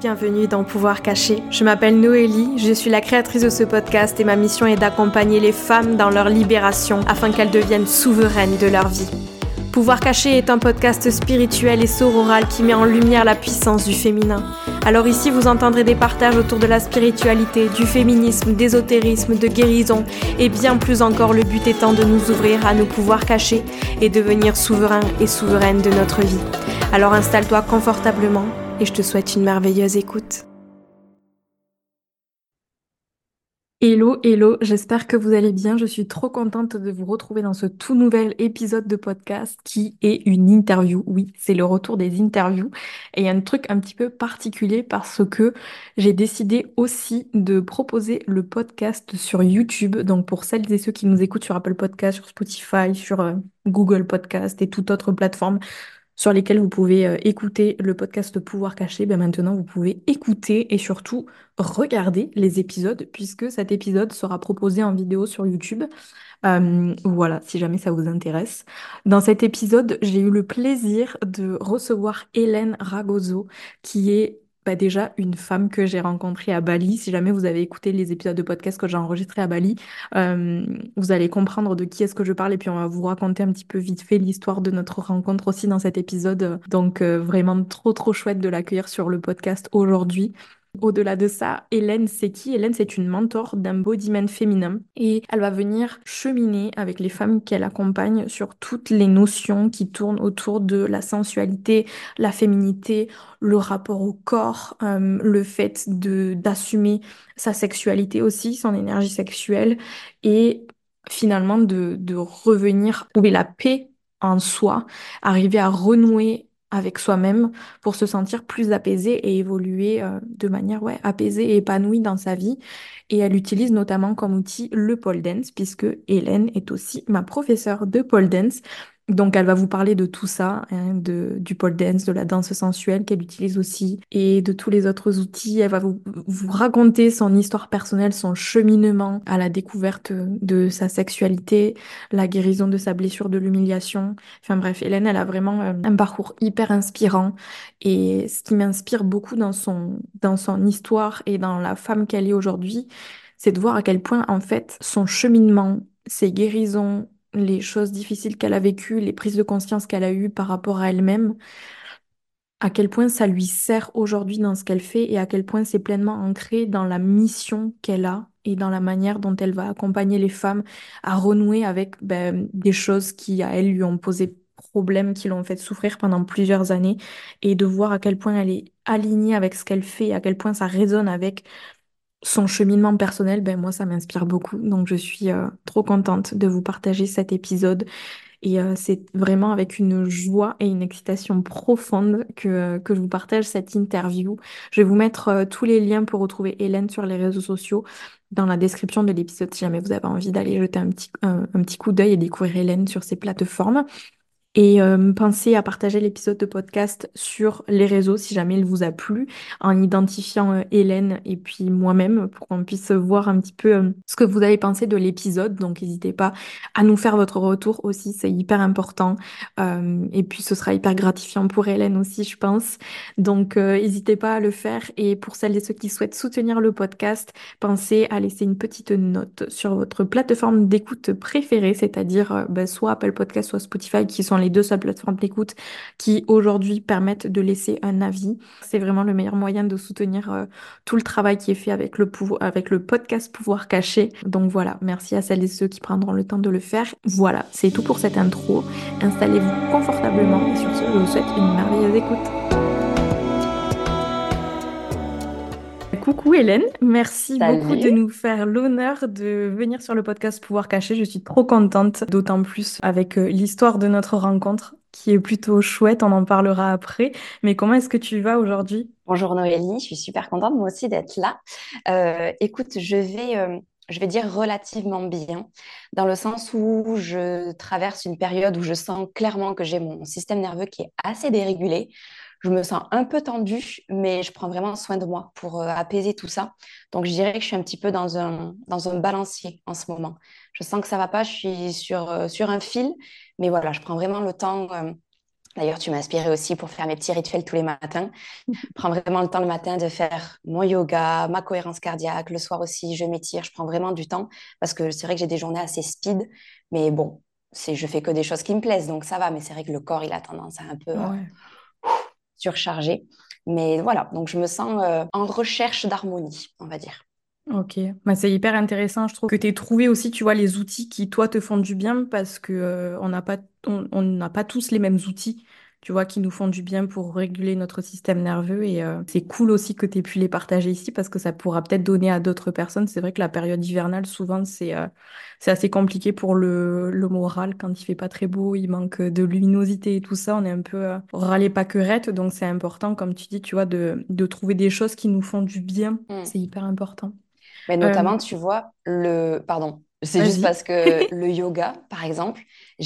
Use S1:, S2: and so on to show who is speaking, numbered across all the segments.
S1: Bienvenue dans Pouvoir caché. Je m'appelle Noélie, je suis la créatrice de ce podcast et ma mission est d'accompagner les femmes dans leur libération afin qu'elles deviennent souveraines de leur vie. Pouvoir caché est un podcast spirituel et sororal qui met en lumière la puissance du féminin. Alors ici, vous entendrez des partages autour de la spiritualité, du féminisme, d'ésotérisme, de guérison et bien plus encore, le but étant de nous ouvrir à nos pouvoirs cachés et devenir souverains et souveraines de notre vie. Alors installe-toi confortablement et je te souhaite une merveilleuse écoute. Hello, hello, j'espère que vous allez bien. Je suis trop contente de vous retrouver dans ce tout nouvel épisode de podcast qui est une interview. Oui, c'est le retour des interviews. Et il y a un truc un petit peu particulier parce que j'ai décidé aussi de proposer le podcast sur YouTube. Donc pour celles et ceux qui nous écoutent sur Apple Podcast, sur Spotify, sur Google Podcast et toute autre plateforme sur lesquels vous pouvez écouter le podcast Pouvoir caché, ben maintenant vous pouvez écouter et surtout regarder les épisodes puisque cet épisode sera proposé en vidéo sur YouTube. Voilà, si jamais ça vous intéresse. Dans cet épisode, j'ai eu le plaisir de recevoir Hélène Ragozo, qui est déjà une femme que j'ai rencontrée à Bali. Si jamais vous avez écouté les épisodes de podcast que j'ai enregistrés à Bali, vous allez comprendre de qui est-ce que je parle et puis on va vous raconter un petit peu vite fait l'histoire de notre rencontre aussi dans cet épisode. Donc vraiment trop chouette de l'accueillir sur le podcast aujourd'hui. Au-delà de ça, Hélène, c'est qui? Hélène, c'est une mentor d'embodiment féminin et elle va venir cheminer avec les femmes qu'elle accompagne sur toutes les notions qui tournent autour de la sensualité, la féminité, le rapport au corps, le fait d'assumer sa sexualité aussi, son énergie sexuelle et finalement de revenir trouver la paix en soi, arriver à renouer avec soi-même pour se sentir plus apaisée et évoluer de manière apaisée et épanouie dans sa vie. Et elle utilise notamment comme outil le pole dance, puisque Hélène est aussi ma professeure de pole dance. Donc elle va vous parler de tout ça, hein, du pole dance, de la danse sensuelle qu'elle utilise aussi, et de tous les autres outils. Elle va vous raconter son histoire personnelle, son cheminement à la découverte de sa sexualité, la guérison de sa blessure de l'humiliation. Enfin bref, Hélène, elle a vraiment un parcours hyper inspirant et ce qui m'inspire beaucoup dans son histoire et dans la femme qu'elle est aujourd'hui, c'est de voir à quel point en fait son cheminement, ses guérisons, les choses difficiles qu'elle a vécues, les prises de conscience qu'elle a eues par rapport à elle-même, à quel point ça lui sert aujourd'hui dans ce qu'elle fait et à quel point c'est pleinement ancré dans la mission qu'elle a et dans la manière dont elle va accompagner les femmes à renouer avec des choses qui, à elle, lui ont posé problème, qui l'ont fait souffrir pendant plusieurs années et de voir à quel point elle est alignée avec ce qu'elle fait et à quel point ça résonne avec son cheminement personnel, moi, ça m'inspire beaucoup. Donc, je suis trop contente de vous partager cet épisode. Et c'est vraiment avec une joie et une excitation profonde que je vous partage cette interview. Je vais vous mettre tous les liens pour retrouver Hélène sur les réseaux sociaux dans la description de l'épisode si jamais vous avez envie d'aller jeter un petit coup d'œil et découvrir Hélène sur ces plateformes. Et pensez à partager l'épisode de podcast sur les réseaux si jamais il vous a plu, en identifiant Hélène et puis moi-même pour qu'on puisse voir un petit peu ce que vous avez pensé de l'épisode. Donc n'hésitez pas à nous faire votre retour aussi, c'est hyper important. Et puis ce sera hyper gratifiant pour Hélène aussi, je pense. Donc n'hésitez pas à le faire. Et pour celles et ceux qui souhaitent soutenir le podcast, pensez à laisser une petite note sur votre plateforme d'écoute préférée, c'est-à-dire soit Apple Podcast, soit Spotify, qui sont les deux seules plateformes d'écoute qui aujourd'hui permettent de laisser un avis. C'est vraiment le meilleur moyen de soutenir tout le travail qui est fait avec le podcast Pouvoir caché. Donc voilà, merci à celles et ceux qui prendront le temps de le faire. Voilà, c'est tout pour cette intro. Installez-vous confortablement et sur ce, je vous souhaite une merveilleuse écoute. Coucou Hélène, merci beaucoup de
S2: Salut.
S1: nous faire l'honneur de venir sur le podcast Pouvoir caché. Je suis trop contente, d'autant plus avec l'histoire de notre rencontre qui est plutôt chouette, on en parlera après. Mais comment est-ce que tu vas aujourd'hui?
S2: Bonjour Noélie, je suis super contente moi aussi d'être là. Écoute, je vais dire relativement bien, dans le sens où je traverse une période où je sens clairement que j'ai mon système nerveux qui est assez dérégulé. Je me sens un peu tendue, mais je prends vraiment soin de moi pour apaiser tout ça. Donc je dirais que je suis un petit peu dans un balancier en ce moment. Je sens que ça va pas, je suis sur un fil, mais voilà, je prends vraiment le temps. D'ailleurs, tu m'as inspirée aussi pour faire mes petits rituels tous les matins. Prends vraiment le temps le matin de faire mon yoga, ma cohérence cardiaque. Le soir aussi, je m'étire. Je prends vraiment du temps parce que c'est vrai que j'ai des journées assez speed. Mais bon, je fais que des choses qui me plaisent, donc ça va. Mais c'est vrai que le corps, il a tendance à un peu
S1: Ouais.
S2: surcharger. Mais voilà, donc je me sens en recherche d'harmonie, on va dire.
S1: Ok, bah, c'est hyper intéressant. Je trouve que tu aies trouvé aussi, tu vois, les outils qui, toi, te font du bien parce que on n'a pas tous les mêmes outils, tu vois, qui nous font du bien pour réguler notre système nerveux. Et c'est cool aussi que tu aies pu les partager ici parce que ça pourra peut-être donner à d'autres personnes. C'est vrai que la période hivernale, souvent, c'est assez compliqué pour le moral quand il fait pas très beau, il manque de luminosité et tout ça. On est un peu râlé pas querette. Donc, c'est important, comme tu dis, tu vois, de trouver des choses qui nous font du bien.
S2: Mm.
S1: C'est hyper important.
S2: Mais
S1: Euh,
S2: notamment, tu vois, pardon, c'est juste
S1: Vas-y.
S2: parce que le yoga, par exemple,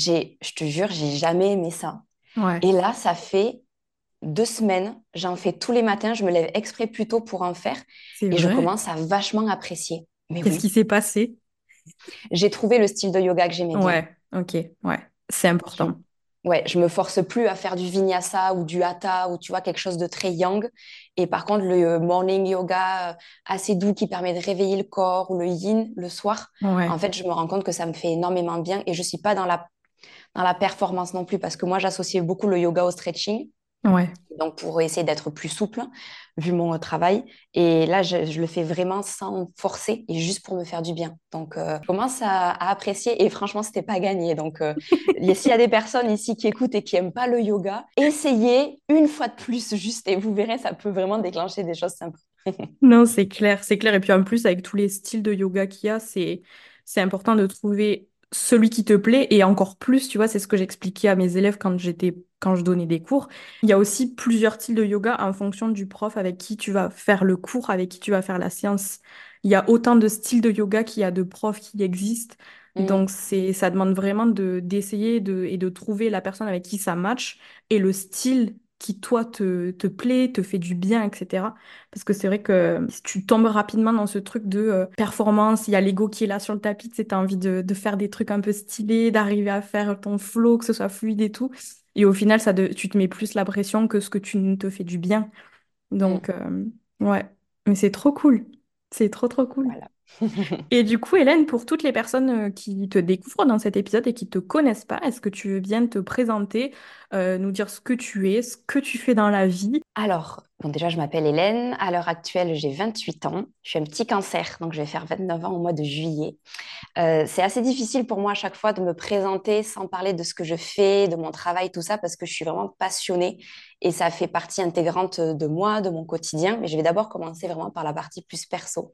S2: je te jure, j'ai jamais aimé ça.
S1: Ouais,
S2: Et là, ça fait 2 semaines, j'en fais tous les matins, je me lève exprès plus tôt pour en faire
S1: c'est
S2: et je
S1: vrai.
S2: commence à vachement apprécier. Mais
S1: Qu'est-ce qui
S2: oui,
S1: s'est passé?
S2: j'ai trouvé le style de yoga que j'aimais bien.
S1: Ouais, ok, ouais, c'est
S2: Je,
S1: important.
S2: ouais, je me force plus à faire du vinyasa ou du hatha ou tu vois quelque chose de très yang. Et par contre, le morning yoga assez doux qui permet de réveiller le corps ou le yin le soir, en
S1: Ouais,
S2: fait, je me rends compte que ça me fait énormément bien et je suis pas dans la performance non plus parce que moi, j'associe beaucoup le yoga au stretching.
S1: ouais.
S2: Donc, pour essayer d'être plus souple, vu mon travail. Et là, je le fais vraiment sans forcer et juste pour me faire du bien. Donc, je commence à apprécier et franchement, c'était pas gagné. Donc, s'il y a des personnes ici qui écoutent et qui aiment pas le yoga, essayez une fois de plus juste et vous verrez, ça peut vraiment déclencher des choses sympas.
S1: Non, c'est clair, c'est clair. Et puis en plus, avec tous les styles de yoga qu'il y a, c'est important de trouver celui qui te plaît. Et encore plus, tu vois, c'est ce que j'expliquais à mes élèves quand je donnais des cours. Il y a aussi plusieurs styles de yoga en fonction du prof avec qui tu vas faire le cours, avec qui tu vas faire la séance. Il y a autant de styles de yoga qu'il y a de profs qui existent. Donc
S2: Mm,
S1: ça demande vraiment d'essayer et de trouver la personne avec qui ça match et le style qui toi te plaît, te fait du bien, etc. Parce que c'est vrai que si tu tombes rapidement dans ce truc de performance, il y a l'ego qui est là sur le tapis, tu as envie de faire des trucs un peu stylés, d'arriver à faire ton flow, que ce soit fluide et tout. Et au final, tu te mets plus la pression que ce que tu ne te fais du bien. Donc,
S2: mm,
S1: ouais. Mais c'est trop cool. C'est trop, trop cool.
S2: voilà.
S1: Et du coup, Hélène, pour toutes les personnes qui te découvrent dans cet épisode et qui te connaissent pas, est-ce que tu veux bien te présenter, nous dire ce que tu es, ce que tu fais dans la vie?
S2: Alors, bon, déjà, je m'appelle Hélène. À l'heure actuelle, j'ai 28 ans. Je suis un petit cancer, donc je vais faire 29 ans au mois de juillet. C'est assez difficile pour moi à chaque fois de me présenter sans parler de ce que je fais, de mon travail, tout ça, parce que je suis vraiment passionnée et ça fait partie intégrante de moi, de mon quotidien. Mais je vais d'abord commencer vraiment par la partie plus perso.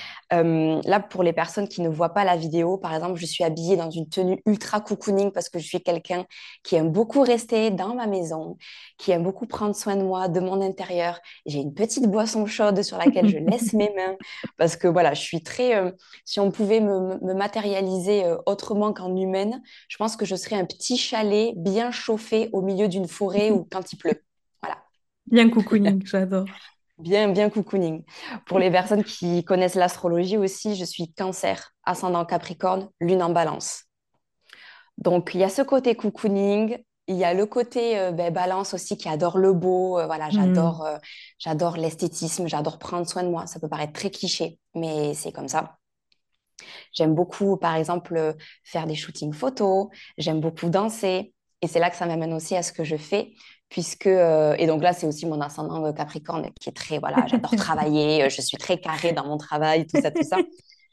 S2: Là, pour les personnes qui ne voient pas la vidéo, par exemple, je suis habillée dans une tenue ultra cocooning parce que je suis quelqu'un qui aime beaucoup rester dans ma maison, qui aime beaucoup prendre soin de moi, de mon intérieur. J'ai une petite boisson chaude sur laquelle je laisse mes mains parce que voilà, je suis très. Si on pouvait me matérialiser autrement qu'en humaine, je pense que je serais un petit chalet bien chauffé au milieu d'une forêt ou quand il pleut. Voilà.
S1: Bien cocooning, j'adore.
S2: Bien, bien cocooning. Pour les personnes qui connaissent l'astrologie aussi, je suis Cancer, ascendant Capricorne, lune en Balance. Donc, il y a ce côté cocooning, il y a le côté Balance aussi qui adore le beau. Voilà,
S1: Hmm.
S2: j'adore l'esthétisme, j'adore prendre soin de moi. Ça peut paraître très cliché, mais c'est comme ça. J'aime beaucoup, par exemple, faire des shootings photos. J'aime beaucoup danser. Et c'est là que ça m'amène aussi à ce que je fais. Et donc là, c'est aussi mon ascendant Capricorne qui est très, voilà, j'adore travailler, je suis très carrée dans mon travail, tout ça, tout ça.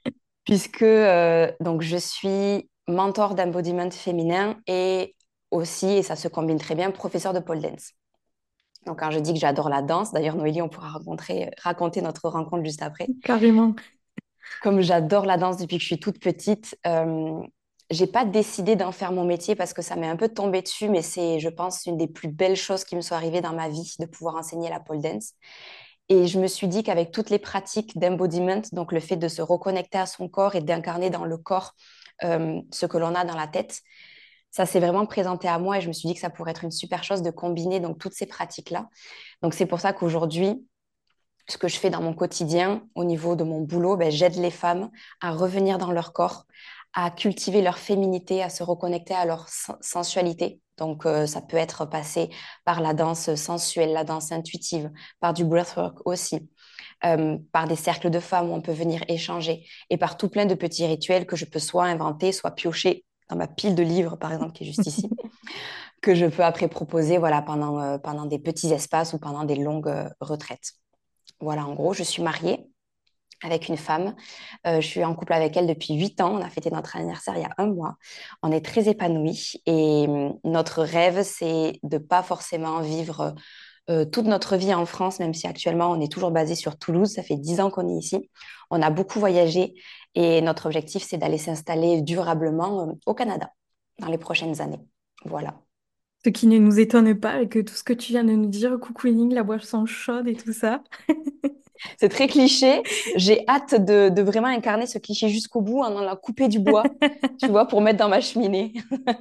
S2: Donc je suis mentor d'embodiment féminin et aussi, et ça se combine très bien, professeur de pole dance. Donc quand je dis que j'adore la danse, d'ailleurs Noélie, on pourra raconter notre rencontre juste après.
S1: Carrément.
S2: Comme j'adore la danse depuis que je suis toute petite, j'ai pas décidé d'en faire mon métier parce que ça m'est un peu tombé dessus, mais c'est, je pense, une des plus belles choses qui me sont arrivées dans ma vie de pouvoir enseigner la pole dance. Et je me suis dit qu'avec toutes les pratiques d'embodiment, donc le fait de se reconnecter à son corps et d'incarner dans le corps ce que l'on a dans la tête, ça s'est vraiment présenté à moi et je me suis dit que ça pourrait être une super chose de combiner donc toutes ces pratiques-là. Donc c'est pour ça qu'aujourd'hui, ce que je fais dans mon quotidien au niveau de mon boulot, ben, j'aide les femmes à revenir dans leur corps, à cultiver leur féminité, à se reconnecter à leur sensualité. Donc, ça peut être passé par la danse sensuelle, la danse intuitive, par du breathwork aussi, par des cercles de femmes où on peut venir échanger, et par tout plein de petits rituels que je peux soit inventer, soit piocher dans ma pile de livres, par exemple, qui est juste ici, que je peux après proposer voilà, pendant des petits espaces ou pendant des longues retraites. Voilà, en gros, je suis mariée avec une femme. Je suis en couple avec elle depuis 8 ans. On a fêté notre anniversaire il y a un mois. On est très épanouis et notre rêve, c'est de pas forcément vivre toute notre vie en France, même si actuellement on est toujours basé sur Toulouse. Ça fait 10 ans qu'on est ici. On a beaucoup voyagé et notre objectif, c'est d'aller s'installer durablement au Canada dans les prochaines années. Voilà.
S1: Ce qui ne nous étonne pas avec tout ce que tu viens de nous dire, cocooning, la boisson chaude et tout ça.
S2: C'est très cliché. J'ai hâte de vraiment incarner ce cliché jusqu'au bout en allant couper du bois, tu vois, pour mettre dans ma cheminée.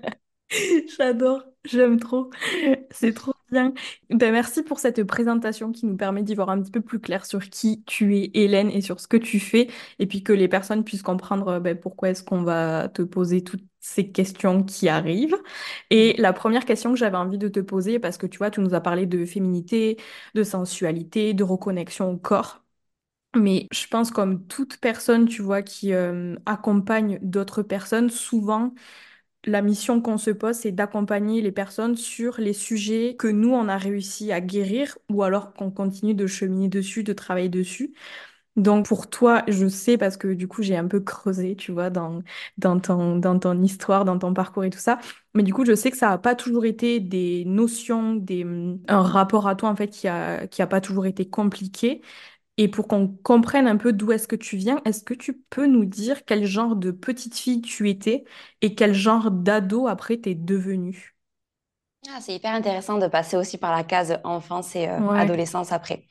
S1: J'adore, j'aime trop, c'est trop bien. Ben, merci pour cette présentation qui nous permet d'y voir un petit peu plus clair sur qui tu es, Hélène, et sur ce que tu fais, et puis que les personnes puissent comprendre ben, pourquoi est-ce qu'on va te poser toutes ces questions qui arrivent. Et la première question que j'avais envie de te poser, parce que tu vois, tu nous as parlé de féminité, de sensualité, de reconnexion au corps. Mais je pense comme toute personne, tu vois, qui accompagne d'autres personnes, souvent la mission qu'on se pose, c'est d'accompagner les personnes sur les sujets que nous, on a réussi à guérir ou alors qu'on continue de cheminer dessus, de travailler dessus. Donc pour toi, je sais parce que du coup, j'ai un peu creusé, tu vois, dans ton histoire, dans ton parcours et tout ça. Mais du coup, je sais que ça n'a pas toujours été des notions, un rapport à toi, en fait, qui a pas toujours été compliqué. Et pour qu'on comprenne un peu d'où est-ce que tu viens, est-ce que tu peux nous dire quel genre de petite fille tu étais et quel genre d'ado après t'es devenue?
S2: Ah, c'est hyper intéressant de passer aussi par la case enfance et
S1: Ouais.
S2: adolescence après.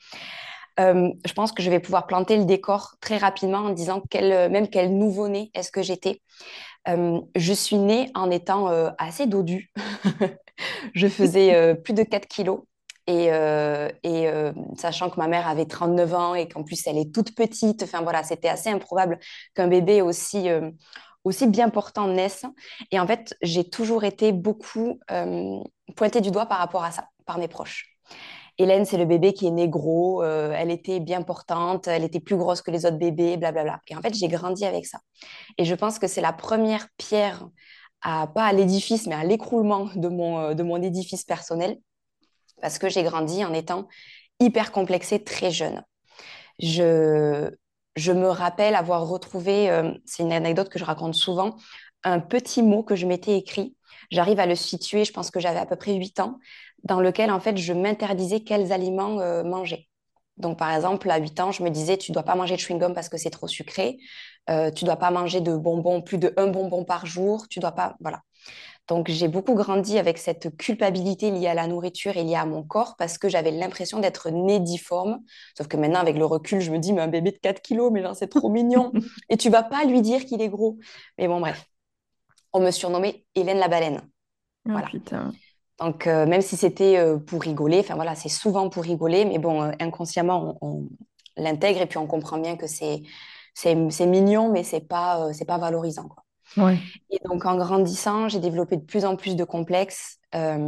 S2: Je pense que je vais pouvoir planter le décor très rapidement en disant même quel nouveau-né est-ce que j'étais. Je suis née en étant assez dodue. Je faisais plus de 4 kilos. Sachant que ma mère avait 39 ans et qu'en plus elle est toute petite, enfin voilà, c'était assez improbable qu'un bébé aussi bien portant naisse. Et en fait, j'ai toujours été beaucoup pointée du doigt par rapport à ça, par mes proches. Hélène, c'est le bébé qui est né gros, elle était bien portante, elle était plus grosse que les autres bébés, blablabla. Et en fait, j'ai grandi avec ça. Et je pense que c'est la première pierre, pas à l'édifice, mais à l'écroulement de mon édifice personnel, parce que j'ai grandi en étant hyper complexée très jeune. Je, je me rappelle avoir retrouvé, c'est une anecdote que je raconte souvent, un petit mot que je m'étais écrit. J'arrive à le situer, je pense que j'avais à peu près 8 ans, dans lequel en fait je m'interdisais quels aliments manger. Donc par exemple, à 8 ans, je me disais, tu dois pas manger de chewing-gum parce que c'est trop sucré, tu dois pas manger de bonbons, plus de un bonbon par jour, tu dois pas, voilà. Donc, j'ai beaucoup grandi avec cette culpabilité liée à la nourriture et liée à mon corps parce que j'avais l'impression d'être née difforme. Sauf que maintenant, avec le recul, je me dis, mais un bébé de 4 kilos, mais genre, c'est trop mignon. Et tu vas pas lui dire qu'il est gros. Mais bon, bref, on me surnommait Hélène la baleine.
S1: Oh
S2: Voilà.
S1: putain.
S2: Donc, même si c'était pour rigoler, enfin voilà, c'est souvent pour rigoler, mais bon, inconsciemment, on l'intègre et puis on comprend bien que c'est mignon, mais c'est pas valorisant, quoi.
S1: Ouais.
S2: Et donc, en grandissant, j'ai développé de plus en plus de complexes.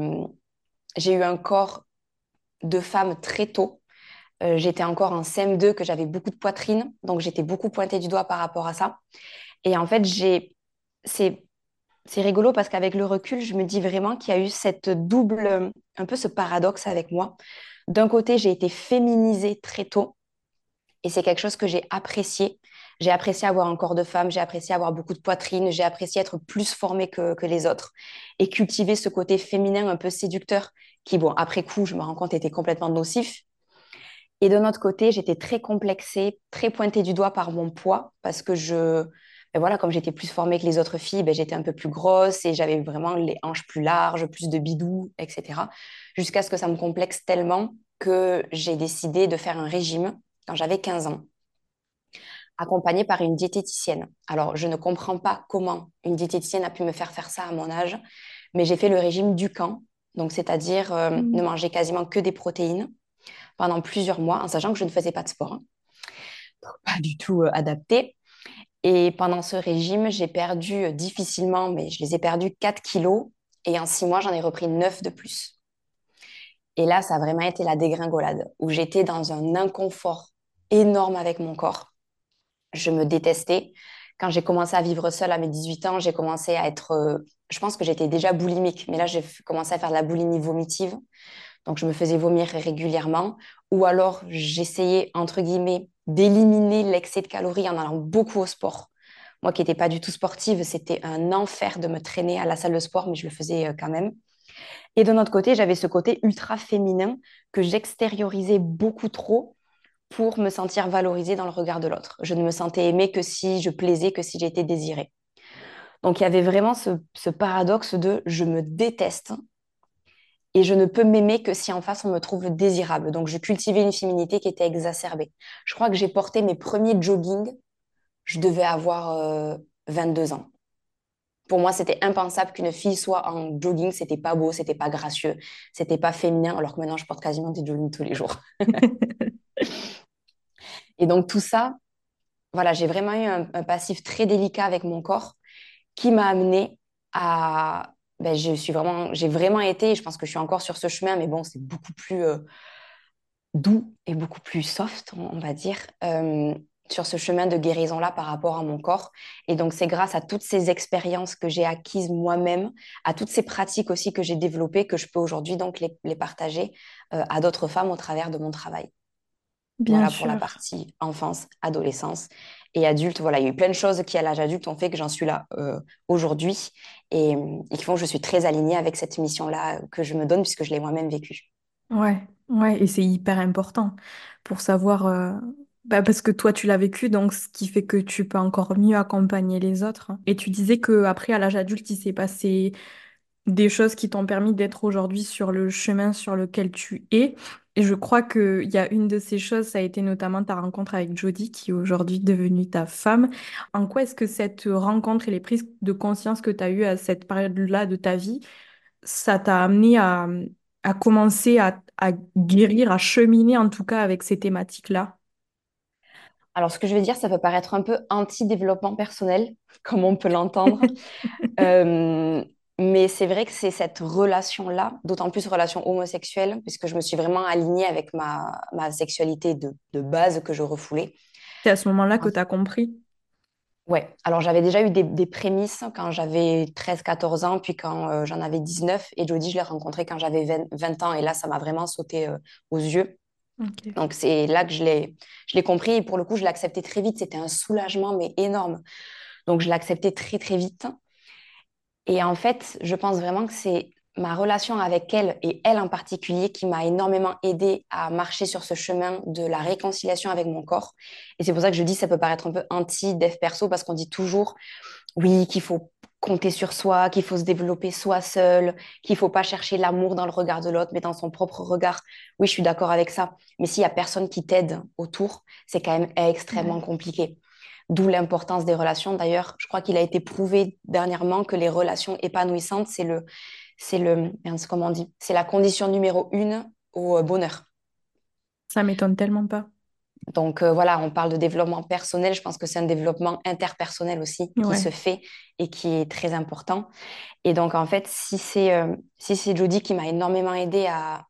S2: J'ai eu un corps de femme très tôt. J'étais encore en CM2, que j'avais beaucoup de poitrine, donc j'étais beaucoup pointée du doigt par rapport à ça. Et en fait, c'est, c'est rigolo parce qu'avec le recul, je me dis vraiment qu'il y a eu cette double, un peu ce paradoxe avec moi. D'un côté, j'ai été féminisée très tôt, et c'est quelque chose que j'ai apprécié. J'ai apprécié avoir un corps de femme, j'ai apprécié avoir beaucoup de poitrine, j'ai apprécié être plus formée que les autres et cultiver ce côté féminin un peu séducteur qui, bon, après coup, je me rends compte, était complètement nocif. Et de notre côté, j'étais très complexée, très pointée du doigt par mon poids parce que ben voilà, comme j'étais plus formée que les autres filles, ben j'étais un peu plus grosse et j'avais vraiment les hanches plus larges, plus de bidous, etc. Jusqu'à ce que ça me complexe tellement que j'ai décidé de faire un régime quand j'avais 15 ans, accompagnée par une diététicienne. Alors, je ne comprends pas comment une diététicienne a pu me faire ça à mon âge, mais j'ai fait le régime Ducan, donc c'est-à-dire ne
S1: Mm.
S2: manger quasiment que des protéines pendant plusieurs mois, en sachant que je ne faisais pas de sport, hein. Pas du tout adapté. Et pendant ce régime, j'ai perdu difficilement, mais je les ai perdus 4 kilos. Et en 6 mois, j'en ai repris 9 de plus. Et là, ça a vraiment été la dégringolade, où j'étais dans un inconfort énorme avec mon corps. Je me détestais. Quand j'ai commencé à vivre seule à mes 18 ans, j'ai commencé à être... je pense que j'étais déjà boulimique, mais là, j'ai commencé à faire de la boulimie vomitive. Donc, je me faisais vomir régulièrement. Ou alors, j'essayais, entre guillemets, d'éliminer l'excès de calories en allant beaucoup au sport. Moi qui n'étais pas du tout sportive, c'était un enfer de me traîner à la salle de sport, mais je le faisais quand même. Et de notre côté, j'avais ce côté ultra féminin que j'extériorisais beaucoup trop pour me sentir valorisée dans le regard de l'autre. Je ne me sentais aimée que si je plaisais, que si j'étais désirée. Donc il y avait vraiment ce paradoxe de je me déteste et je ne peux m'aimer que si en face on me trouve désirable. Donc je cultivais une féminité qui était exacerbée. Je crois que j'ai porté mes premiers joggings, je devais avoir 22 ans. Pour moi, c'était impensable qu'une fille soit en jogging, c'était pas beau, c'était pas gracieux, c'était pas féminin, alors que maintenant je porte quasiment des joggings tous les jours. Et donc tout ça, voilà, j'ai vraiment eu un passif très délicat avec mon corps qui m'a amené à, ben, j'ai vraiment été, et je pense que je suis encore sur ce chemin, mais bon, c'est beaucoup plus doux et beaucoup plus soft, on va dire, sur ce chemin de guérison-là par rapport à mon corps. Et donc, c'est grâce à toutes ces expériences que j'ai acquises moi-même, à toutes ces pratiques aussi que j'ai développées, que je peux aujourd'hui donc les partager à d'autres femmes au travers de mon travail.
S1: Bien
S2: Voilà pour la
S1: sûr.
S2: partie enfance, adolescence et adulte. Voilà, il y a eu plein de choses qui, à l'âge adulte, ont fait que j'en suis là aujourd'hui et qui font que je suis très alignée avec cette mission-là que je me donne puisque je l'ai moi-même vécue.
S1: Ouais, ouais, et c'est hyper important pour savoir, bah, parce que toi tu l'as vécu, donc ce qui fait que tu peux encore mieux accompagner les autres. Et tu disais que après à l'âge adulte, il s'est passé des choses qui t'ont permis d'être aujourd'hui sur le chemin sur lequel tu es. Et je crois qu'il y a une de ces choses, ça a été notamment ta rencontre avec Jodie, qui est aujourd'hui devenue ta femme. En quoi est-ce que cette rencontre et les prises de conscience que tu as eues à cette période-là de ta vie, ça t'a amené à commencer à guérir, à cheminer en tout cas avec ces thématiques-là?
S2: Alors, ce que je vais dire, ça peut paraître un peu anti-développement personnel, comme on peut l'entendre. Euh, mais c'est vrai que c'est cette relation-là, d'autant plus relation homosexuelle, puisque je me suis vraiment alignée avec ma sexualité de base que je refoulais.
S1: C'est à ce moment-là que tu as compris.
S2: Ouais, alors j'avais déjà eu des prémices quand j'avais 13 14 ans, puis quand j'en avais 19. Et Jodie, je l'ai rencontrée quand j'avais 20 ans, et là, ça m'a vraiment sauté aux yeux.
S1: Ok.
S2: Donc c'est là que je l'ai compris, et pour le coup, je l'ai accepté très vite. C'était un soulagement, mais énorme. Donc je l'ai accepté très, très vite. Et en fait, je pense vraiment que c'est ma relation avec elle, et elle en particulier, qui m'a énormément aidée à marcher sur ce chemin de la réconciliation avec mon corps. Et c'est pour ça que je dis, ça peut paraître un peu anti-dev perso, parce qu'on dit toujours oui, qu'il faut compter sur soi, qu'il faut se développer soi seul, qu'il faut pas chercher l'amour dans le regard de l'autre, mais dans son propre regard. Oui, je suis d'accord avec ça. Mais s'il y a personne qui t'aide autour, c'est quand même extrêmement
S1: Ouais.
S2: compliqué. D'où l'importance des relations. D'ailleurs, je crois qu'il a été prouvé dernièrement que les relations épanouissantes, merde, c'est comment on dit, c'est la condition numéro une au bonheur.
S1: Ça m'étonne tellement pas.
S2: Donc voilà, on parle de développement personnel. Je pense que c'est un développement interpersonnel aussi qui se
S1: Ouais.
S2: fait et qui est très important. Et donc, en fait, si c'est Jodie qui m'a énormément aidée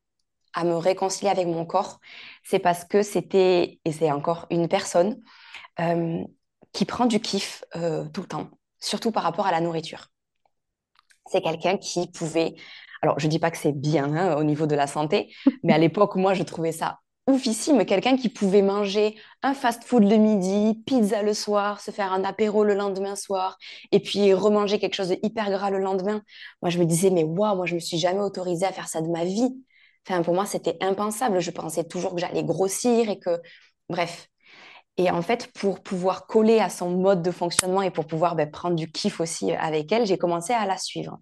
S2: à me réconcilier avec mon corps, c'est parce que c'était, et c'est encore une personne, euh, qui prend du kiff tout le temps, surtout par rapport à la nourriture. C'est quelqu'un qui pouvait, alors je dis pas que c'est bien hein, au niveau de la santé, mais à l'époque, moi, je trouvais ça oufissime, quelqu'un qui pouvait manger un fast-food le midi, pizza le soir, se faire un apéro le lendemain soir, et puis remanger quelque chose de hyper gras le lendemain. Moi, je me disais, mais waouh, moi, je me suis jamais autorisée à faire ça de ma vie. Enfin, pour moi, c'était impensable. Je pensais toujours que j'allais grossir et que, bref. Et en fait, pour pouvoir coller à son mode de fonctionnement et pour pouvoir ben, prendre du kiff aussi avec elle, j'ai commencé à la suivre.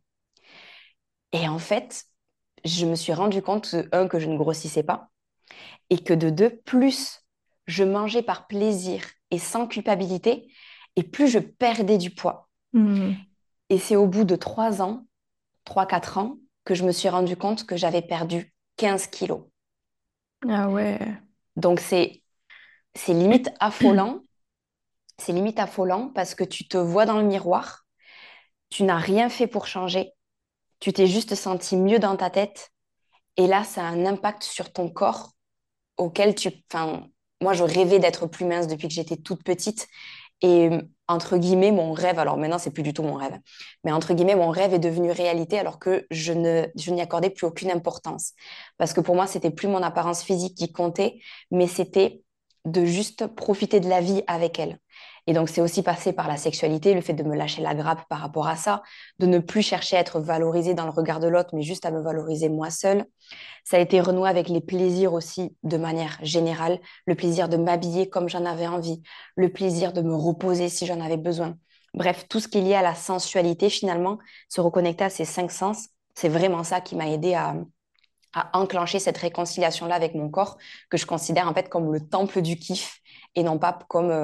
S2: Et en fait, je me suis rendu compte, un, que je ne grossissais pas, et que de deux, plus je mangeais par plaisir et sans culpabilité, et plus je perdais du poids.
S1: Hmm.
S2: Et c'est au bout de 3 ans, 3 4 ans, que je me suis rendu compte que j'avais perdu 15 kilos.
S1: Ah ouais.
S2: Donc c'est limite affolant. c'est limite affolant parce que tu te vois dans le miroir, tu n'as rien fait pour changer, tu t'es juste senti mieux dans ta tête et là, ça a un impact sur ton corps auquel enfin, moi, je rêvais d'être plus mince depuis que j'étais toute petite. Et entre guillemets, mon rêve, alors maintenant, c'est plus du tout mon rêve, mais entre guillemets, mon rêve est devenu réalité alors que je n'y accordais plus aucune importance. Parce que pour moi, c'était plus mon apparence physique qui comptait, mais c'était de juste profiter de la vie avec elle. Et donc, c'est aussi passé par la sexualité, le fait de me lâcher la grappe par rapport à ça, de ne plus chercher à être valorisée dans le regard de l'autre, mais juste à me valoriser moi seule. Ça a été renoué avec les plaisirs aussi de manière générale, le plaisir de m'habiller comme j'en avais envie, le plaisir de me reposer si j'en avais besoin. Bref, tout ce qui est lié à la sensualité, finalement, se reconnecter à ces cinq sens, c'est vraiment ça qui m'a aidé à enclencher cette réconciliation-là avec mon corps, que je considère en fait comme le temple du kiff et non pas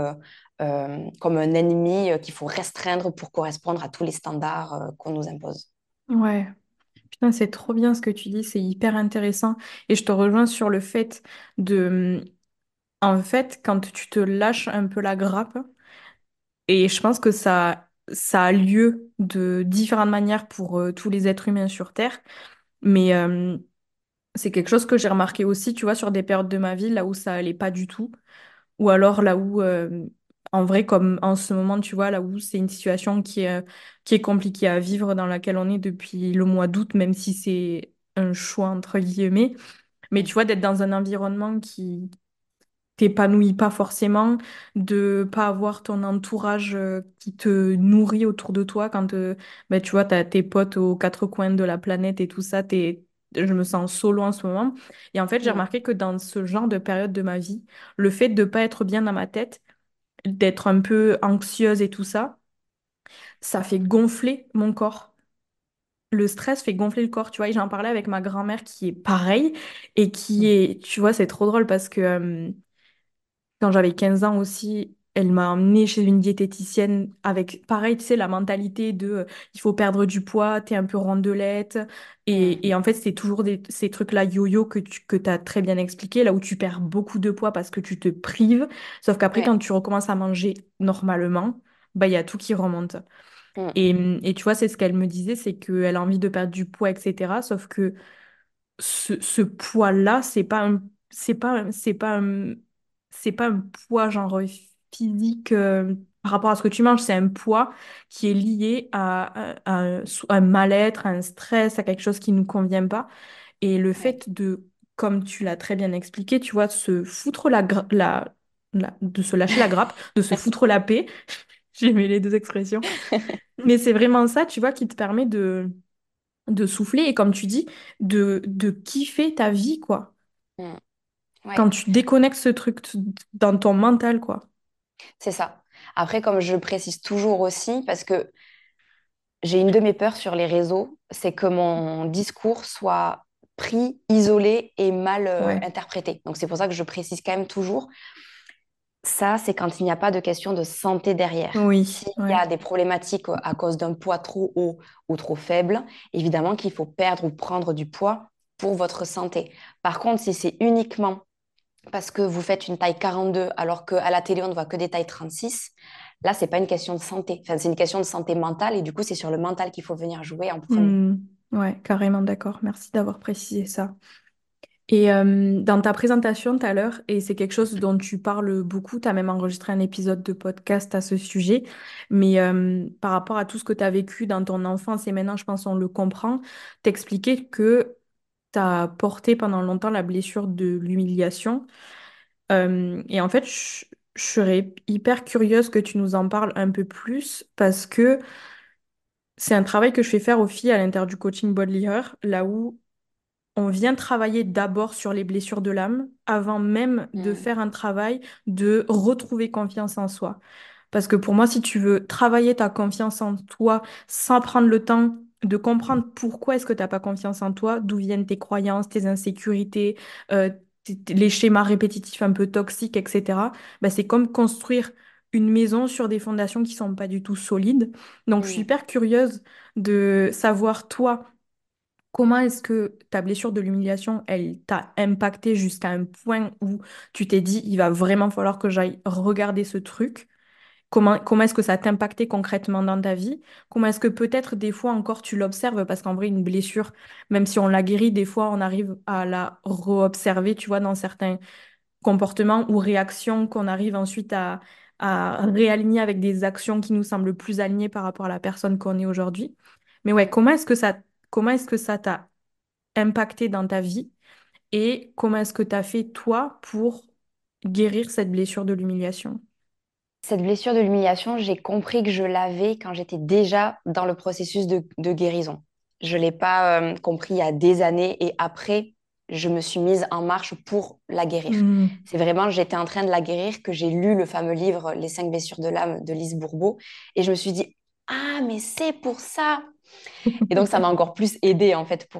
S2: comme un ennemi qu'il faut restreindre pour correspondre à tous les standards qu'on nous impose.
S1: Ouais. Putain, c'est trop bien ce que tu dis, c'est hyper intéressant. Et je te rejoins sur le fait de... En fait, quand tu te lâches un peu la grappe, et je pense que ça a lieu de différentes manières pour tous les êtres humains sur Terre, mais c'est quelque chose que j'ai remarqué aussi, tu vois, sur des périodes de ma vie, là où ça allait pas du tout, ou alors là où, en vrai, comme en ce moment, tu vois, là où c'est une situation qui est compliquée à vivre, dans laquelle on est depuis le mois d'août, même si c'est un choix entre guillemets. Mais tu
S2: Mm.
S1: vois, d'être dans un environnement qui t'épanouit pas forcément, de pas avoir ton entourage qui te nourrit autour de toi quand ben, tu vois, t'as tes potes aux quatre coins de la planète et tout ça, je me sens solo en ce moment. Et en fait, j'ai
S2: Mm.
S1: remarqué que dans ce genre de période de ma vie, le fait de pas être bien dans ma tête, d'être un peu anxieuse et tout ça, ça fait gonfler mon corps. Le stress fait gonfler le corps, tu vois. Et j'en parlais avec ma grand-mère qui est pareil et qui
S2: Mm.
S1: est, tu vois, c'est trop drôle parce que quand j'avais 15 ans aussi, elle m'a emmenée chez une diététicienne avec, pareil, tu sais, la mentalité de il faut perdre du poids, t'es un peu rondelette.
S2: Mm.
S1: Et en fait, c'est toujours ces trucs-là yo-yo que tu as très bien expliqué, là où tu perds beaucoup de poids parce que tu te prives. Sauf qu'après,
S2: Ouais.
S1: quand tu recommences à manger normalement, bah, il y a tout qui remonte.
S2: Mm.
S1: Et tu vois, c'est ce qu'elle me disait, c'est qu'elle a envie de perdre du poids, etc. Sauf que ce poids-là, c'est pas un poids genre physique par rapport à ce que tu manges, c'est un poids qui est lié à un mal-être, à un stress, à quelque chose qui nous convient pas. Et le
S2: Ouais.
S1: fait de, comme tu l'as très bien expliqué, tu vois, se foutre de se lâcher la grappe, de se foutre la paix, j'ai aimé les deux expressions, mais c'est vraiment ça, tu vois, qui te permet de souffler et comme tu dis, de kiffer ta vie, quoi.
S2: Mm.
S1: Quand
S2: Ouais.
S1: tu déconnectes ce truc dans ton mental, quoi.
S2: C'est ça. Après, comme je précise toujours aussi, parce que j'ai une de mes peurs sur les réseaux, c'est que mon discours soit pris, isolé et mal
S1: Ouais.
S2: interprété. Donc c'est pour ça que je précise quand même toujours, ça, c'est quand il n'y a pas de question de santé derrière.
S1: Oui,
S2: S'il y
S1: ouais.
S2: a des problématiques à cause d'un poids trop haut ou trop faible, évidemment qu'il faut perdre ou prendre du poids pour votre santé. Par contre, si c'est uniquement parce que vous faites une taille 42 alors qu'à la télé, on ne voit que des tailles 36. Là, c'est pas une question de santé. Enfin, c'est une question de santé mentale et du coup, c'est sur le mental qu'il faut venir jouer en premier.
S1: Hmm. Ouais, carrément d'accord. Merci d'avoir précisé ça. Et dans ta présentation tout à l'heure, et c'est quelque chose dont tu parles beaucoup, tu as même enregistré un épisode de podcast à ce sujet, mais par rapport à tout ce que tu as vécu dans ton enfance, et maintenant je pense on le comprend, t'expliquais que tu as porté pendant longtemps la blessure de l'humiliation. Et en fait, je serais hyper curieuse que tu nous en parles un peu plus parce que c'est un travail que je fais faire aux filles à l'intérieur du coaching Bodily Her, là où on vient travailler d'abord sur les blessures de l'âme avant même de
S2: Mm.
S1: faire un travail de retrouver confiance en soi. Parce que pour moi, si tu veux travailler ta confiance en toi sans prendre le temps de comprendre pourquoi est-ce que tu n'as pas confiance en toi, d'où viennent tes croyances, tes insécurités, euh, les schémas répétitifs un peu toxiques, etc., bah, c'est comme construire une maison sur des fondations qui sont pas du tout solides. Donc, je suis
S2: Mm.
S1: hyper curieuse de savoir, toi, comment est-ce que ta blessure de l'humiliation, elle t'a impacté jusqu'à un point où tu t'es dit, il va vraiment falloir que j'aille regarder ce truc. comment est-ce que ça t'a impacté concrètement dans ta vie? Comment est-ce que peut-être des fois encore tu l'observes? Parce qu'en vrai, une blessure, même si on l'a guérit, des fois on arrive à la re-observer, tu vois, dans certains comportements ou réactions qu'on arrive ensuite à réaligner avec des actions qui nous semblent plus alignées par rapport à la personne qu'on est aujourd'hui. Mais ouais, comment est-ce que ça t'a impacté dans ta vie et comment est-ce que tu as fait toi pour guérir cette blessure de l'humiliation?
S2: Cette blessure de l'humiliation, j'ai compris que je l'avais quand j'étais déjà dans le processus de guérison. Je ne l'ai pas compris il y a des années et après, je me suis mise en marche pour la guérir.
S1: Hmm.
S2: C'est vraiment, j'étais en train de la guérir que j'ai lu le fameux livre Les 5 blessures de l'âme de Lise Bourbeau et je me suis dit, ah, mais c'est pour ça. Et donc, ça m'a encore plus aidée, en fait,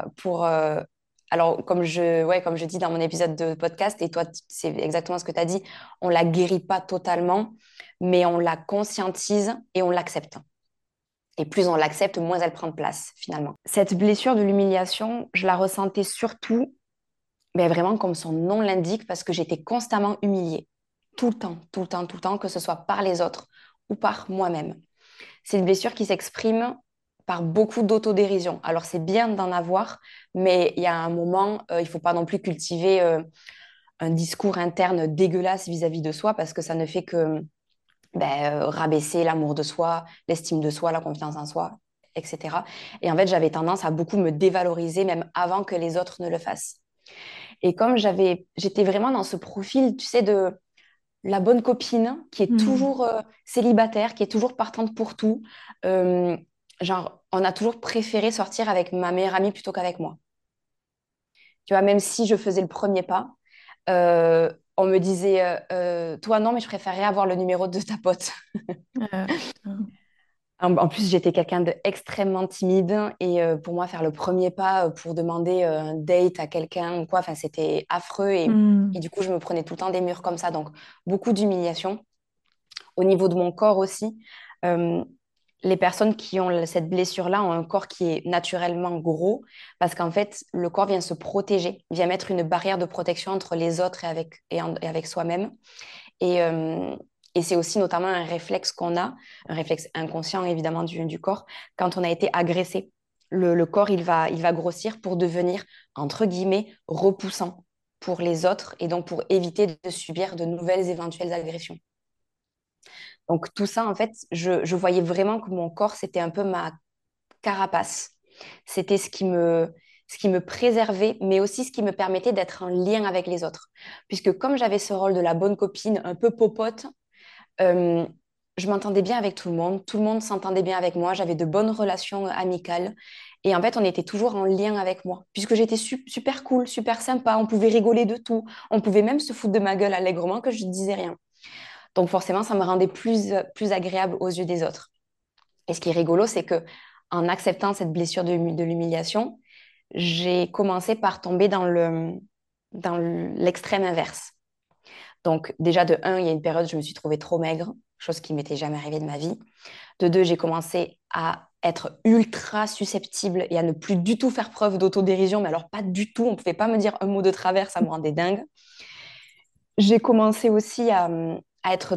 S2: alors, comme je dis dans mon épisode de podcast, et toi, c'est exactement ce que tu as dit, on la guérit pas totalement, mais on la conscientise et on l'accepte. Et plus on l'accepte, moins elle prend de place, finalement. Cette blessure de l'humiliation, je la ressentais surtout, mais vraiment comme son nom l'indique, parce que j'étais constamment humiliée. Tout le temps, tout le temps, tout le temps, que ce soit par les autres ou par moi-même. C'est une blessure qui s'exprime par beaucoup d'autodérision. Alors, c'est bien d'en avoir, mais il y a un moment, il ne faut pas non plus cultiver un discours interne dégueulasse vis-à-vis de soi parce que ça ne fait que rabaisser l'amour de soi, l'estime de soi, la confiance en soi, etc. Et en fait, j'avais tendance à beaucoup me dévaloriser même avant que les autres ne le fassent. Et comme j'étais vraiment dans ce profil, tu sais, de la bonne copine qui est
S1: Hmm.
S2: toujours célibataire, qui est toujours partante pour tout. Euh, genre, on a toujours préféré sortir avec ma meilleure amie plutôt qu'avec moi. Tu vois, même si je faisais le premier pas, on me disait, toi non, mais je préférerais avoir le numéro de ta pote.
S1: Putain.
S2: En plus, j'étais quelqu'un d'extrêmement timide et pour moi, faire le premier pas pour demander un date à quelqu'un ou quoi, enfin, c'était affreux et
S1: Hmm.
S2: du coup, je me prenais tout le temps des murs comme ça. Donc, beaucoup d'humiliation. Au niveau de mon corps aussi, euh, les personnes qui ont cette blessure-là ont un corps qui est naturellement gros parce qu'en fait, le corps vient se protéger, vient mettre une barrière de protection entre les autres et avec soi-même. Et, euh, et c'est aussi notamment un réflexe qu'on a, un réflexe inconscient évidemment du corps, quand on a été agressé. Le corps, il va grossir pour devenir, entre guillemets, repoussant pour les autres et donc pour éviter de subir de nouvelles éventuelles agressions. Donc tout ça, en fait, je voyais vraiment que mon corps, c'était un peu ma carapace. C'était ce qui me préservait, mais aussi ce qui me permettait d'être en lien avec les autres. Puisque comme j'avais ce rôle de la bonne copine, un peu popote, euh, je m'entendais bien avec tout le monde s'entendait bien avec moi, j'avais de bonnes relations amicales. Et en fait, on était toujours en lien avec moi, puisque j'étais super cool, super sympa, on pouvait rigoler de tout, on pouvait même se foutre de ma gueule allègrement que je ne disais rien. Donc forcément, ça me rendait plus agréable aux yeux des autres. Et ce qui est rigolo, c'est que en acceptant cette blessure de l'humiliation, j'ai commencé par tomber dans l'extrême inverse. Donc déjà de un, il y a une période où je me suis trouvée trop maigre, chose qui m'était jamais arrivée de ma vie. De deux, j'ai commencé à être ultra susceptible et à ne plus du tout faire preuve d'autodérision, mais alors pas du tout, on ne pouvait pas me dire un mot de travers, ça me rendait dingue. J'ai commencé aussi à être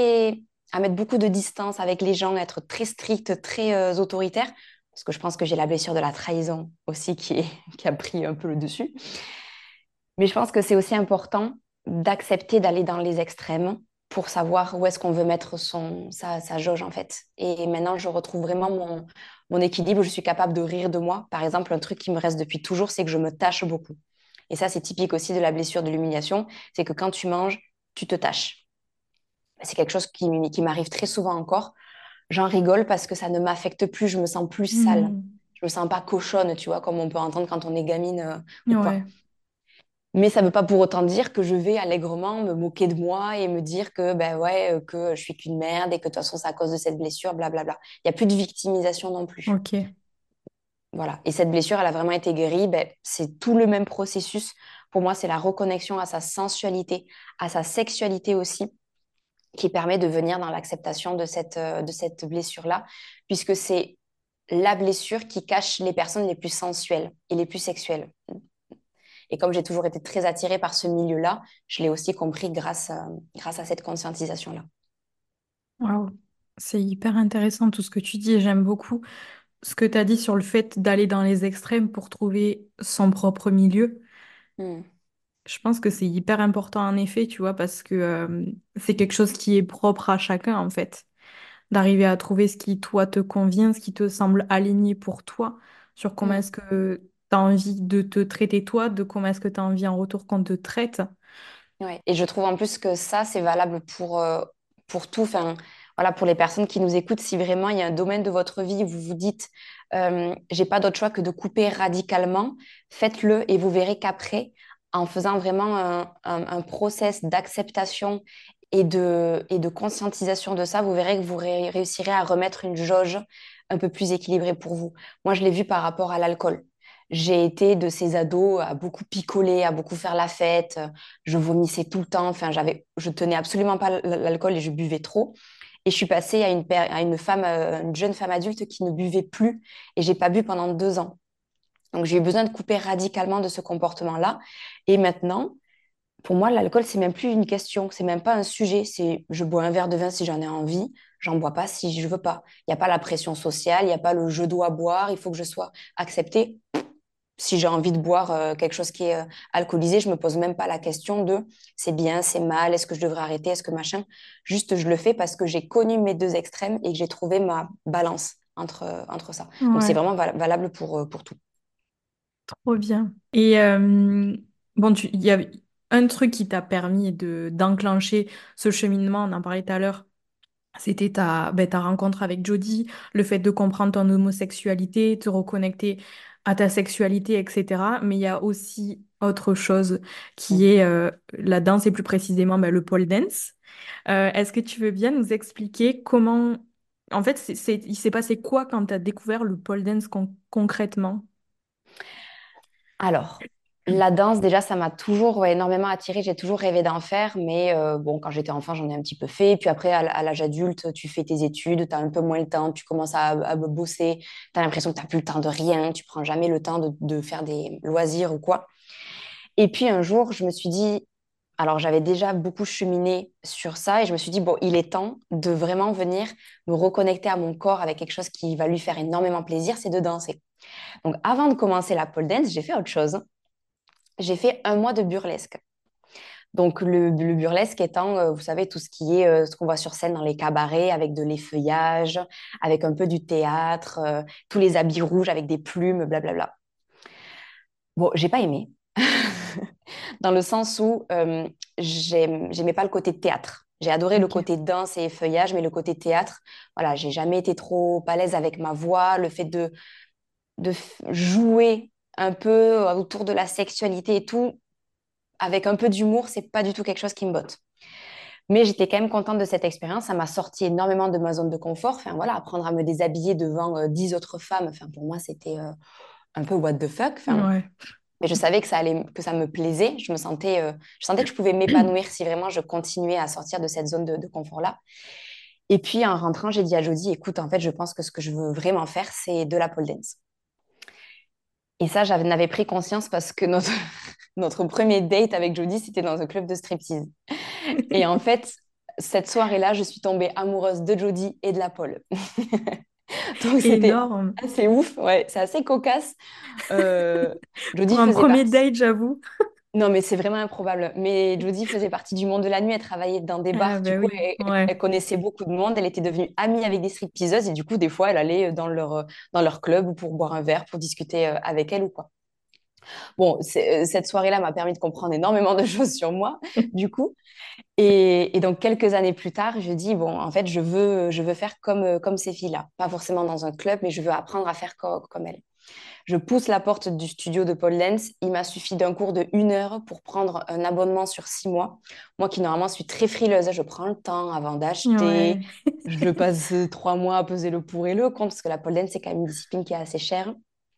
S2: à mettre beaucoup de distance avec les gens, à être très stricte, très autoritaire, parce que je pense que j'ai la blessure de la trahison aussi qui a pris un peu le dessus. Mais je pense que c'est aussi important d'accepter d'aller dans les extrêmes pour savoir où est-ce qu'on veut mettre sa jauge en fait. Et maintenant, je retrouve vraiment mon équilibre. Je suis capable de rire de moi. Par exemple, un truc qui me reste depuis toujours, c'est que je me tâche beaucoup. Et ça, c'est typique aussi de la blessure de l'humiliation. C'est que quand tu manges, tu te tâches. C'est quelque chose qui m'arrive très souvent encore. J'en rigole parce que ça ne m'affecte plus. Je me sens plus sale.
S1: Hmm.
S2: Je me sens pas cochonne, tu vois, comme on peut entendre quand on est gamine ou quoi.
S1: Ouais,
S2: Mais ça ne veut pas pour autant dire que je vais allègrement me moquer de moi et me dire que ben ouais que je suis qu'une merde et que de toute façon c'est à cause de cette blessure, blablabla. Il n'y a plus de victimisation non plus.
S1: ok.
S2: Voilà. Et cette blessure, elle a vraiment été guérie. Ben, c'est tout le même processus. Pour moi, c'est la reconnexion à sa sensualité, à sa sexualité aussi, qui permet de venir dans l'acceptation de cette blessure-là, puisque c'est la blessure qui cache les personnes les plus sensuelles et les plus sexuelles. Et comme j'ai toujours été très attirée par ce milieu-là, je l'ai aussi compris grâce à cette conscientisation-là.
S1: Waouh, c'est hyper intéressant tout ce que tu dis et j'aime beaucoup ce que tu as dit sur le fait d'aller dans les extrêmes pour trouver son propre milieu.
S2: Hmm.
S1: Je pense que c'est hyper important en effet, tu vois, parce que c'est quelque chose qui est propre à chacun en fait. D'arriver à trouver ce qui toi te convient, ce qui te semble aligné pour toi, sur comment
S2: Hmm.
S1: est-ce que tu as envie de te traiter toi, de comment est-ce que tu as envie en retour qu'on te traite.
S2: Ouais. Et je trouve en plus que ça, c'est valable pour tout. Enfin, voilà, pour les personnes qui nous écoutent, si vraiment il y a un domaine de votre vie où vous vous dites, j'ai pas d'autre choix que de couper radicalement, faites-le et vous verrez qu'après, en faisant vraiment un process d'acceptation et de conscientisation de ça, vous verrez que vous réussirez à remettre une jauge un peu plus équilibrée pour vous. Moi, je l'ai vu par rapport à l'alcool. J'ai été de ces ados à beaucoup picoler, à beaucoup faire la fête. Je vomissais tout le temps. Enfin, je tenais absolument pas l'alcool et je buvais trop. Et je suis passée à une femme, une jeune femme adulte qui ne buvait plus et j'ai pas bu pendant 2 ans. Donc j'ai eu besoin de couper radicalement de ce comportement-là. Et maintenant, pour moi, l'alcool, c'est même plus une question, c'est même pas un sujet. C'est je bois un verre de vin si j'en ai envie, j'en bois pas si je veux pas. Il n'y a pas la pression sociale, il n'y a pas le je dois boire, il faut que je sois acceptée. Si j'ai envie de boire quelque chose qui est alcoolisé, je me pose même pas la question de c'est bien, c'est mal, est-ce que je devrais arrêter, est-ce que machin. Juste, je le fais parce que j'ai connu mes deux extrêmes et que j'ai trouvé ma balance entre ça. Donc, c'est
S1: Ouais,
S2: vraiment valable pour tout.
S1: trop bien. Et bon, il y a un truc qui t'a permis d'enclencher ce cheminement, on en parlait tout à l'heure. C'était ta rencontre avec Jodie, le fait de comprendre ton homosexualité, te reconnecter à ta sexualité, etc. Mais il y a aussi autre chose
S2: Mm.
S1: qui est la danse et plus précisément le pole dance. Est-ce que tu veux bien nous expliquer comment... En fait, il s'est passé quoi quand tu as découvert le pole dance concrètement?
S2: Alors, la danse, déjà, ça m'a toujours ouais, énormément attirée. J'ai toujours rêvé d'en faire, mais bon, quand j'étais enfant, j'en ai un petit peu fait. Puis après, à l'âge adulte, tu fais tes études, tu as un peu moins le temps, tu commences à bosser, tu as l'impression que tu n'as plus le temps de rien, tu prends jamais le temps de faire des loisirs ou quoi. Et puis un jour, je me suis dit, alors j'avais déjà beaucoup cheminé sur ça, et je me suis dit, bon, il est temps de vraiment venir me reconnecter à mon corps avec quelque chose qui va lui faire énormément plaisir, c'est de danser. Donc avant de commencer la pole dance, j'ai fait autre chose. J'ai fait un mois de burlesque. Donc le burlesque étant, vous savez, tout ce qui est ce qu'on voit sur scène dans les cabarets avec de l'effeuillage, avec un peu du théâtre, tous les habits rouges avec des plumes, blablabla. Bon, j'ai pas aimé, dans le sens où j'aimais pas le côté théâtre. J'ai adoré le
S1: Ok.
S2: côté danse et effeuillage, mais le côté théâtre, voilà, j'ai jamais été trop à l'aise avec ma voix, le fait de jouer un peu autour de la sexualité et tout, avec un peu d'humour, c'est pas du tout quelque chose qui me botte. Mais j'étais quand même contente de cette expérience. Ça m'a sorti énormément de ma zone de confort. Enfin voilà, apprendre à me déshabiller devant 10 autres femmes. Enfin pour moi c'était un peu what the fuck. Enfin,
S1: Ouais.
S2: mais je savais que que ça me plaisait. Je sentais que je pouvais m'épanouir si vraiment je continuais à sortir de cette zone de confort-là. Et puis en rentrant, j'ai dit à Jodie, écoute, en fait, je pense que ce que je veux vraiment faire, c'est de la pole dance. Et ça, j'en avais pris conscience parce que notre premier date avec Jodie, c'était dans un club de striptease. Et en fait, cette soirée-là, je suis tombée amoureuse de Jodie et de la pole. Donc c'était
S1: Énorme.
S2: assez ouf, ouais, c'est assez cocasse. Euh,
S1: Pour
S2: Jodie
S1: un
S2: faisait
S1: premier
S2: partie.
S1: date, j'avoue.
S2: Non, mais c'est vraiment improbable. Mais Jodie faisait partie du monde de la nuit. Elle travaillait dans des
S1: Ah
S2: bars. Du
S1: ben
S2: coup,
S1: oui, ouais.
S2: elle connaissait beaucoup de monde. Elle était devenue amie avec des stripteaseuses. Et du coup, des fois, elle allait dans leur club ou pour boire un verre, pour discuter avec elles ou quoi. Bon, cette soirée-là m'a permis de comprendre énormément de choses sur moi, du coup. Et donc, quelques années plus tard, je dis, bon, en fait, je veux faire comme ces filles-là. Pas forcément dans un club, mais je veux apprendre à faire comme elles. Je pousse la porte du studio de pole dance. Il m'a suffi d'un cours de 1 heure pour prendre un abonnement sur 6 mois. Moi qui normalement suis très frileuse, je prends le temps avant d'acheter.
S1: Ouais.
S2: Je passe 3 mois à peser le pour et le contre parce que la pole dance, c'est quand même une discipline qui est assez chère.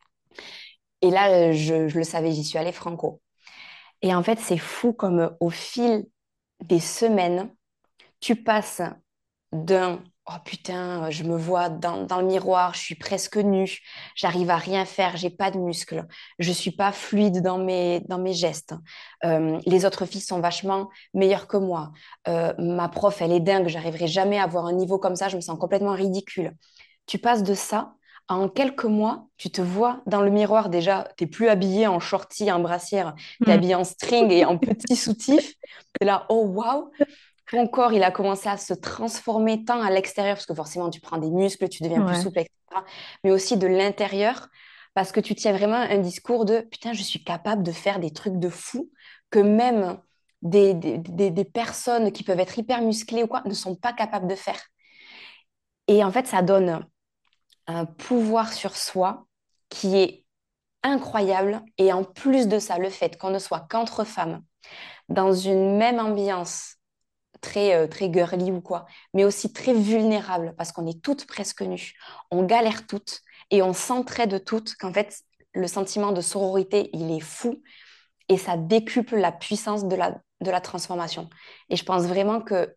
S2: Et là, je le savais, j'y suis allée franco. Et en fait, c'est fou comme au fil des semaines, tu passes d'un oh putain, je me vois dans le miroir, je suis presque nue, j'arrive à rien faire, j'ai pas de muscles, je suis pas fluide dans mes gestes. Les autres filles sont vachement meilleures que moi. Ma prof, elle est dingue, j'arriverai jamais à avoir un niveau comme ça, je me sens complètement ridicule. Tu passes de ça à en quelques mois, tu te vois dans le miroir déjà, t'es plus habillée en shorty, en brassière, t'es
S1: Mm.
S2: habillée en string et en petit soutif. T'es là, oh waouh, ton corps, il a commencé à se transformer tant à l'extérieur, parce que forcément, tu prends des muscles, tu deviens plus
S1: Ouais.
S2: souple, etc. Mais aussi de l'intérieur, parce que tu tiens vraiment un discours de putain, je suis capable de faire des trucs de fou que même des personnes qui peuvent être hyper musclées ou quoi ne sont pas capables de faire. Et en fait, ça donne un pouvoir sur soi qui est incroyable. Et en plus de ça, le fait qu'on ne soit qu'entre femmes, dans une même ambiance, très girly ou quoi, mais aussi très vulnérable parce qu'on est toutes presque nues. On galère toutes et on s'entraide toutes qu'en fait, le sentiment de sororité, il est fou et ça décuple la puissance de la transformation. Et je pense vraiment que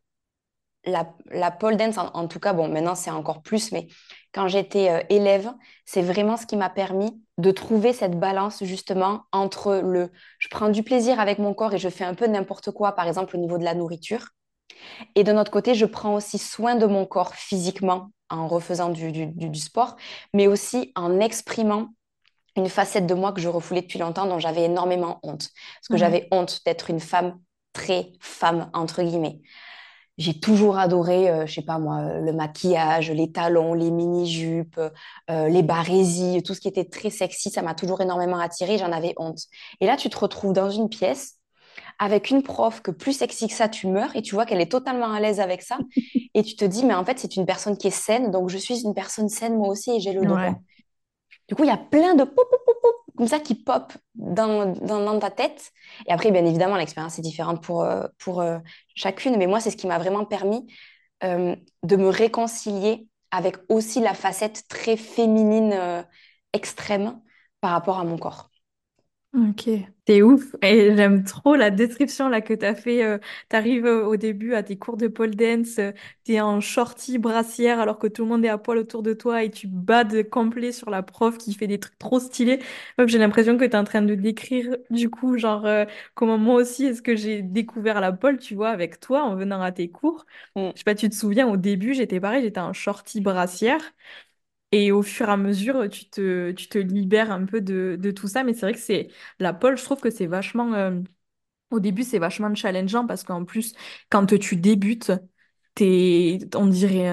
S2: la pole dance, en tout cas, bon, maintenant c'est encore plus, mais quand j'étais élève, c'est vraiment ce qui m'a permis de trouver cette balance justement entre le je prends du plaisir avec mon corps et je fais un peu n'importe quoi, par exemple au niveau de la nourriture, et de notre côté, je prends aussi soin de mon corps physiquement en refaisant du sport, mais aussi en exprimant une facette de moi que je refoulais depuis longtemps, dont j'avais énormément honte. Parce que
S1: Ouais.
S2: j'avais honte d'être une femme très femme, entre guillemets. J'ai toujours adoré, je sais pas moi, le maquillage, les talons, les mini-jupes, les barésies, tout ce qui était très sexy, ça m'a toujours énormément attirée, j'en avais honte. Et là, tu te retrouves dans une pièce avec une prof que plus sexy que ça, tu meurs et tu vois qu'elle est totalement à l'aise avec ça. Et tu te dis, mais en fait, c'est une personne qui est saine, donc je suis une personne saine moi aussi et j'ai le
S1: Ouais.
S2: droit. Du coup, il y a plein de pop, pop, pop, pop, comme ça qui pop dans ta tête. Et après, bien évidemment, l'expérience est différente pour chacune, mais moi, c'est ce qui m'a vraiment permis de me réconcilier avec aussi la facette très féminine extrême par rapport à mon corps.
S1: Ok, c'est ouf. Et j'aime trop la description là que t'as fait. T'arrives au début à tes cours de pole dance, t'es en shorty brassière alors que tout le monde est à poil autour de toi et tu bats de complet sur la prof qui fait des trucs trop stylés. Hop, j'ai l'impression que t'es en train de décrire du coup genre comment moi aussi est-ce que j'ai découvert la pole, tu vois, avec toi en venant à tes cours.
S2: Mm.
S1: Je sais pas, tu te souviens au début j'étais pareil, j'étais en shorty brassière. Et au fur et à mesure, tu te libères un peu de tout ça. Mais c'est vrai que c'est la pole, je trouve que c'est vachement. Au début, c'est vachement challengeant parce qu'en plus, quand tu débutes, on dirait.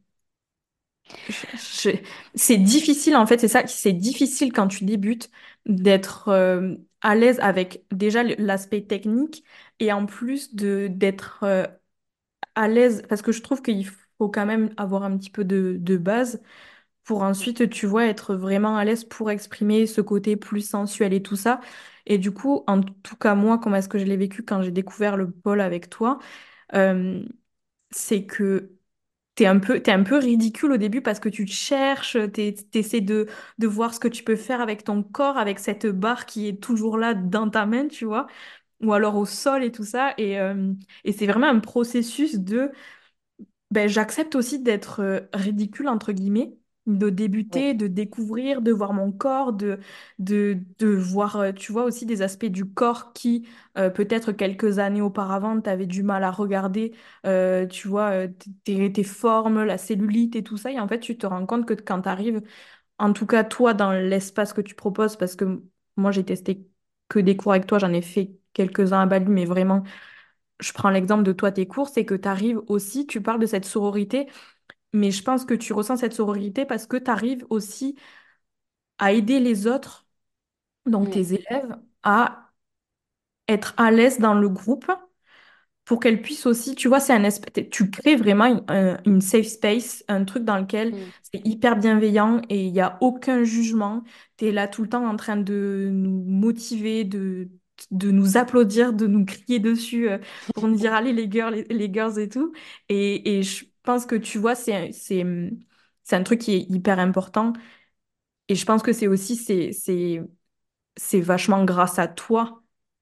S1: Je- je- c'est difficile, en fait, c'est ça, c'est difficile quand tu débutes d'être à l'aise avec déjà l'aspect technique et en plus d'être à l'aise parce que je trouve qu'il faut quand même avoir un petit peu de base pour ensuite, tu vois, être vraiment à l'aise pour exprimer ce côté plus sensuel et tout ça. Et du coup, en tout cas, moi, comment est-ce que je l'ai vécu quand j'ai découvert le pôle avec toi, euh, c'est que t'es un peu ridicule au début parce que tu te cherches, t'essaies de voir ce que tu peux faire avec ton corps, avec cette barre qui est toujours là dans ta main, tu vois, ou alors au sol et tout ça. Et c'est vraiment un processus de ben, j'accepte aussi d'être ridicule, entre guillemets, de
S2: Oui.
S1: débuter, de découvrir, de voir mon corps, de voir, tu vois, aussi des aspects du corps qui, peut-être quelques années auparavant, tu avais du mal à regarder, tu vois, tes formes, la cellulite et tout ça. Et en fait, tu te rends compte que quand tu arrives, en tout cas, toi, dans l'espace que tu proposes, parce que moi, j'ai testé que des cours avec toi, j'en ai fait quelques-uns à Bali, mais vraiment je prends l'exemple de toi, tes cours, c'est que tu arrives aussi, tu parles de cette sororité, mais je pense que tu ressens cette sororité parce que tu arrives aussi à aider les autres, donc
S2: Mm.
S1: tes élèves, à être à l'aise dans le groupe pour qu'elles puissent aussi, tu vois, c'est un aspect, tu crées vraiment une safe space, un truc dans lequel
S2: Mm.
S1: c'est hyper bienveillant et il n'y a aucun jugement. Tu es là tout le temps en train de nous motiver, de nous applaudir, de nous crier dessus pour nous dire, allez les girls, les girls et tout. Et je pense que tu vois, c'est un truc qui est hyper important. Et je pense que c'est aussi, c'est vachement grâce à toi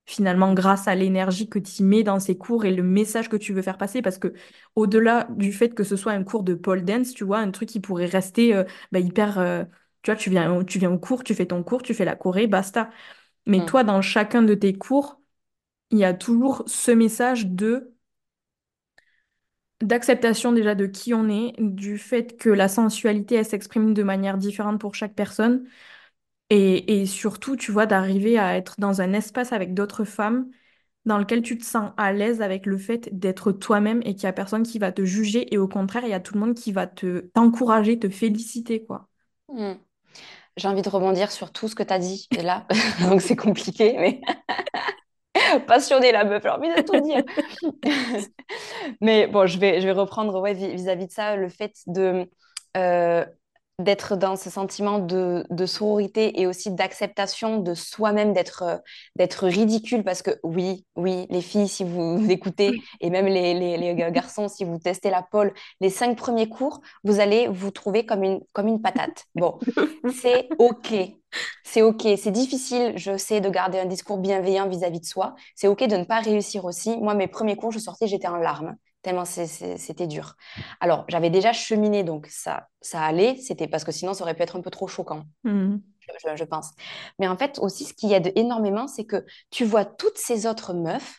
S1: finalement
S2: Mm.
S1: grâce à l'énergie que tu mets dans ces cours et le message que tu veux faire passer. Parce que au-delà du fait que ce soit un cours de pole dance, tu vois, un truc qui pourrait rester hyper... tu vois, tu viens au cours, tu fais ton cours, tu fais la choré, basta. Mais
S2: Mm.
S1: toi, dans chacun de tes cours, il y a toujours ce message d'acceptation déjà de qui on est, du fait que la sensualité, elle s'exprime de manière différente pour chaque personne, et surtout, tu vois, d'arriver à être dans un espace avec d'autres femmes dans lequel tu te sens à l'aise avec le fait d'être toi-même et qu'il y a personne qui va te juger, et au contraire, il y a tout le monde qui va t'encourager, te féliciter, quoi.
S2: Mm. J'ai envie de rebondir sur tout ce que tu as dit là, donc c'est compliqué, mais passionnée la meuf, j'ai envie de tout dire. Mais bon, je vais reprendre ouais, vis-à-vis de ça, le fait euh, d'être dans ce sentiment de sororité et aussi d'acceptation de soi-même, d'être ridicule, parce que oui, oui, les filles, si vous écoutez, et même les garçons, si vous testez la pole, les 5 premiers cours, vous allez vous trouver comme une patate. Bon, c'est OK. C'est OK, c'est difficile, je sais, de garder un discours bienveillant vis-à-vis de soi. C'est OK de ne pas réussir aussi. Moi, mes premiers cours, je sortais, j'étais en larmes, tellement c'était dur. Alors, j'avais déjà cheminé, donc ça allait. C'était parce que sinon, ça aurait pu être un peu trop choquant,
S1: Hmm.
S2: je pense. Mais en fait, aussi, ce qui aide énormément, c'est que tu vois toutes ces autres meufs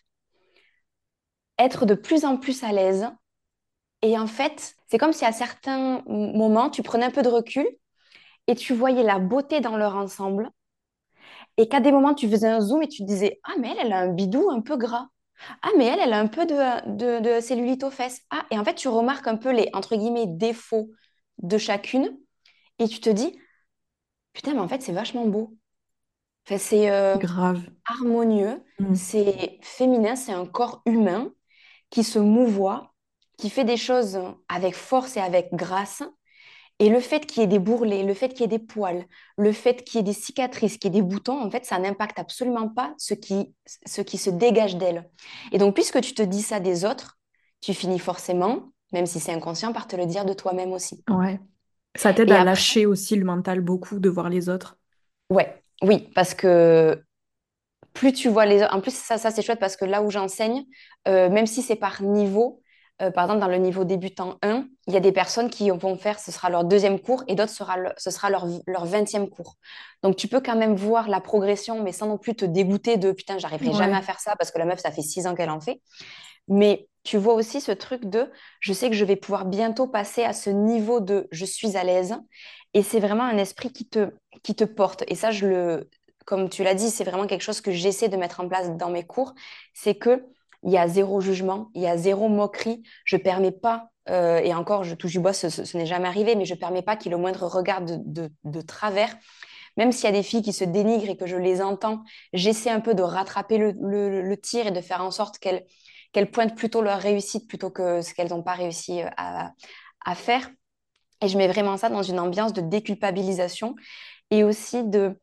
S2: être de plus en plus à l'aise. Et en fait, c'est comme si à certains moments, tu prenais un peu de recul et tu voyais la beauté dans leur ensemble. Et qu'à des moments, tu faisais un zoom et tu te disais, ah, mais elle a un bidou un peu gras. Ah, mais elle a un peu de cellulite aux fesses. Ah, et en fait, tu remarques un peu les, entre guillemets, défauts de chacune et tu te dis, putain, mais en fait, c'est vachement beau. Enfin, c'est
S1: Grave.
S2: harmonieux,
S1: Hmm.
S2: c'est féminin, c'est un corps humain qui se mouvoie, qui fait des choses avec force et avec grâce. Et le fait qu'il y ait des bourrelets, le fait qu'il y ait des poils, le fait qu'il y ait des cicatrices, qu'il y ait des boutons, en fait, ça n'impacte absolument pas ce qui se dégage d'elle. Et donc, puisque tu te dis ça des autres, tu finis forcément, même si c'est inconscient, par te le dire de toi-même aussi.
S1: Ouais. Ça t'aide
S2: Et
S1: à
S2: après,
S1: lâcher aussi le mental beaucoup de voir les autres.
S2: ouais, oui, parce que plus tu vois les autres, en plus, ça c'est chouette parce que là où j'enseigne, même si c'est par niveau, par exemple, dans le niveau débutant 1, il y a des personnes qui vont faire, ce sera leur deuxième cours et d'autres, ce sera leur 20e cours. Donc, tu peux quand même voir la progression, mais sans non plus te dégoûter de putain, j'arriverai jamais
S1: Ouais.
S2: à faire ça parce que la meuf, ça fait 6 ans qu'elle en fait. Mais tu vois aussi ce truc de je sais que je vais pouvoir bientôt passer à ce niveau de je suis à l'aise. Et c'est vraiment un esprit qui te porte. Et ça, comme tu l'as dit, c'est vraiment quelque chose que j'essaie de mettre en place dans mes cours. C'est que il y a zéro jugement, il y a zéro moquerie. Je permets pas, et encore, je touche du bois, ce n'est jamais arrivé, mais je permets pas qu'il y ait le moindre regard de travers. Même s'il y a des filles qui se dénigrent et que je les entends, j'essaie un peu de rattraper le tir et de faire en sorte qu'elles pointent plutôt leur réussite plutôt que ce qu'elles n'ont pas réussi à faire. Et je mets vraiment ça dans une ambiance de déculpabilisation et aussi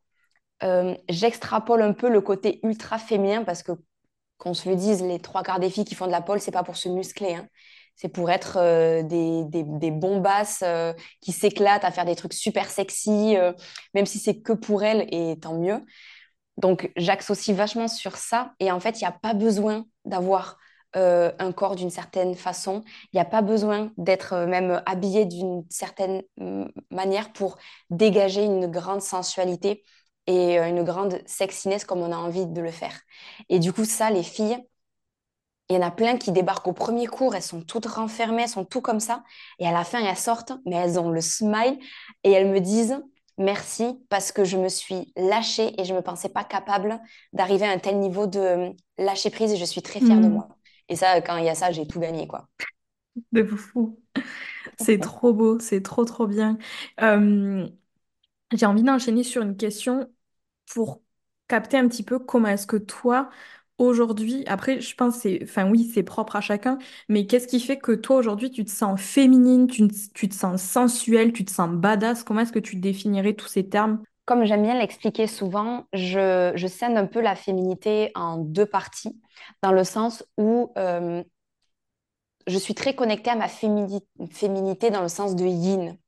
S2: j'extrapole un peu le côté ultra féminin parce que, qu'on se le dise, les 3 quarts des filles qui font de la pole, c'est pas pour se muscler, hein. C'est pour être des bombasses qui s'éclatent à faire des trucs super sexy, même si c'est que pour elles, et tant mieux. Donc, j'axe aussi vachement sur ça. Et en fait, il n'y a pas besoin d'avoir un corps d'une certaine façon. Il n'y a pas besoin d'être même habillé d'une certaine manière pour dégager une grande sensualité et une grande sexiness comme on a envie de le faire. Et du coup, ça, les filles, il y en a plein qui débarquent au premier cours, elles sont toutes renfermées, elles sont tout comme ça. Et à la fin, elles sortent, mais elles ont le smile et elles me disent merci parce que je me suis lâchée et je ne me pensais pas capable d'arriver à un tel niveau de lâcher prise et je suis très fière de
S1: Hmm.
S2: moi. Et ça, quand il y a ça, j'ai tout gagné, quoi.
S1: De fou. C'est trop beau, c'est trop trop bien. Euh, j'ai envie d'enchaîner sur une question pour capter un petit peu comment est-ce que toi, aujourd'hui, après, je pense que enfin oui, c'est propre à chacun, mais qu'est-ce qui fait que toi, aujourd'hui, tu te sens féminine, tu te sens sensuelle, tu te sens badass? Comment est-ce que tu définirais tous ces termes?
S2: Comme j'aime bien l'expliquer souvent, je scène un peu la féminité en 2 parties, dans le sens où je suis très connectée à ma féminité dans le sens de yin.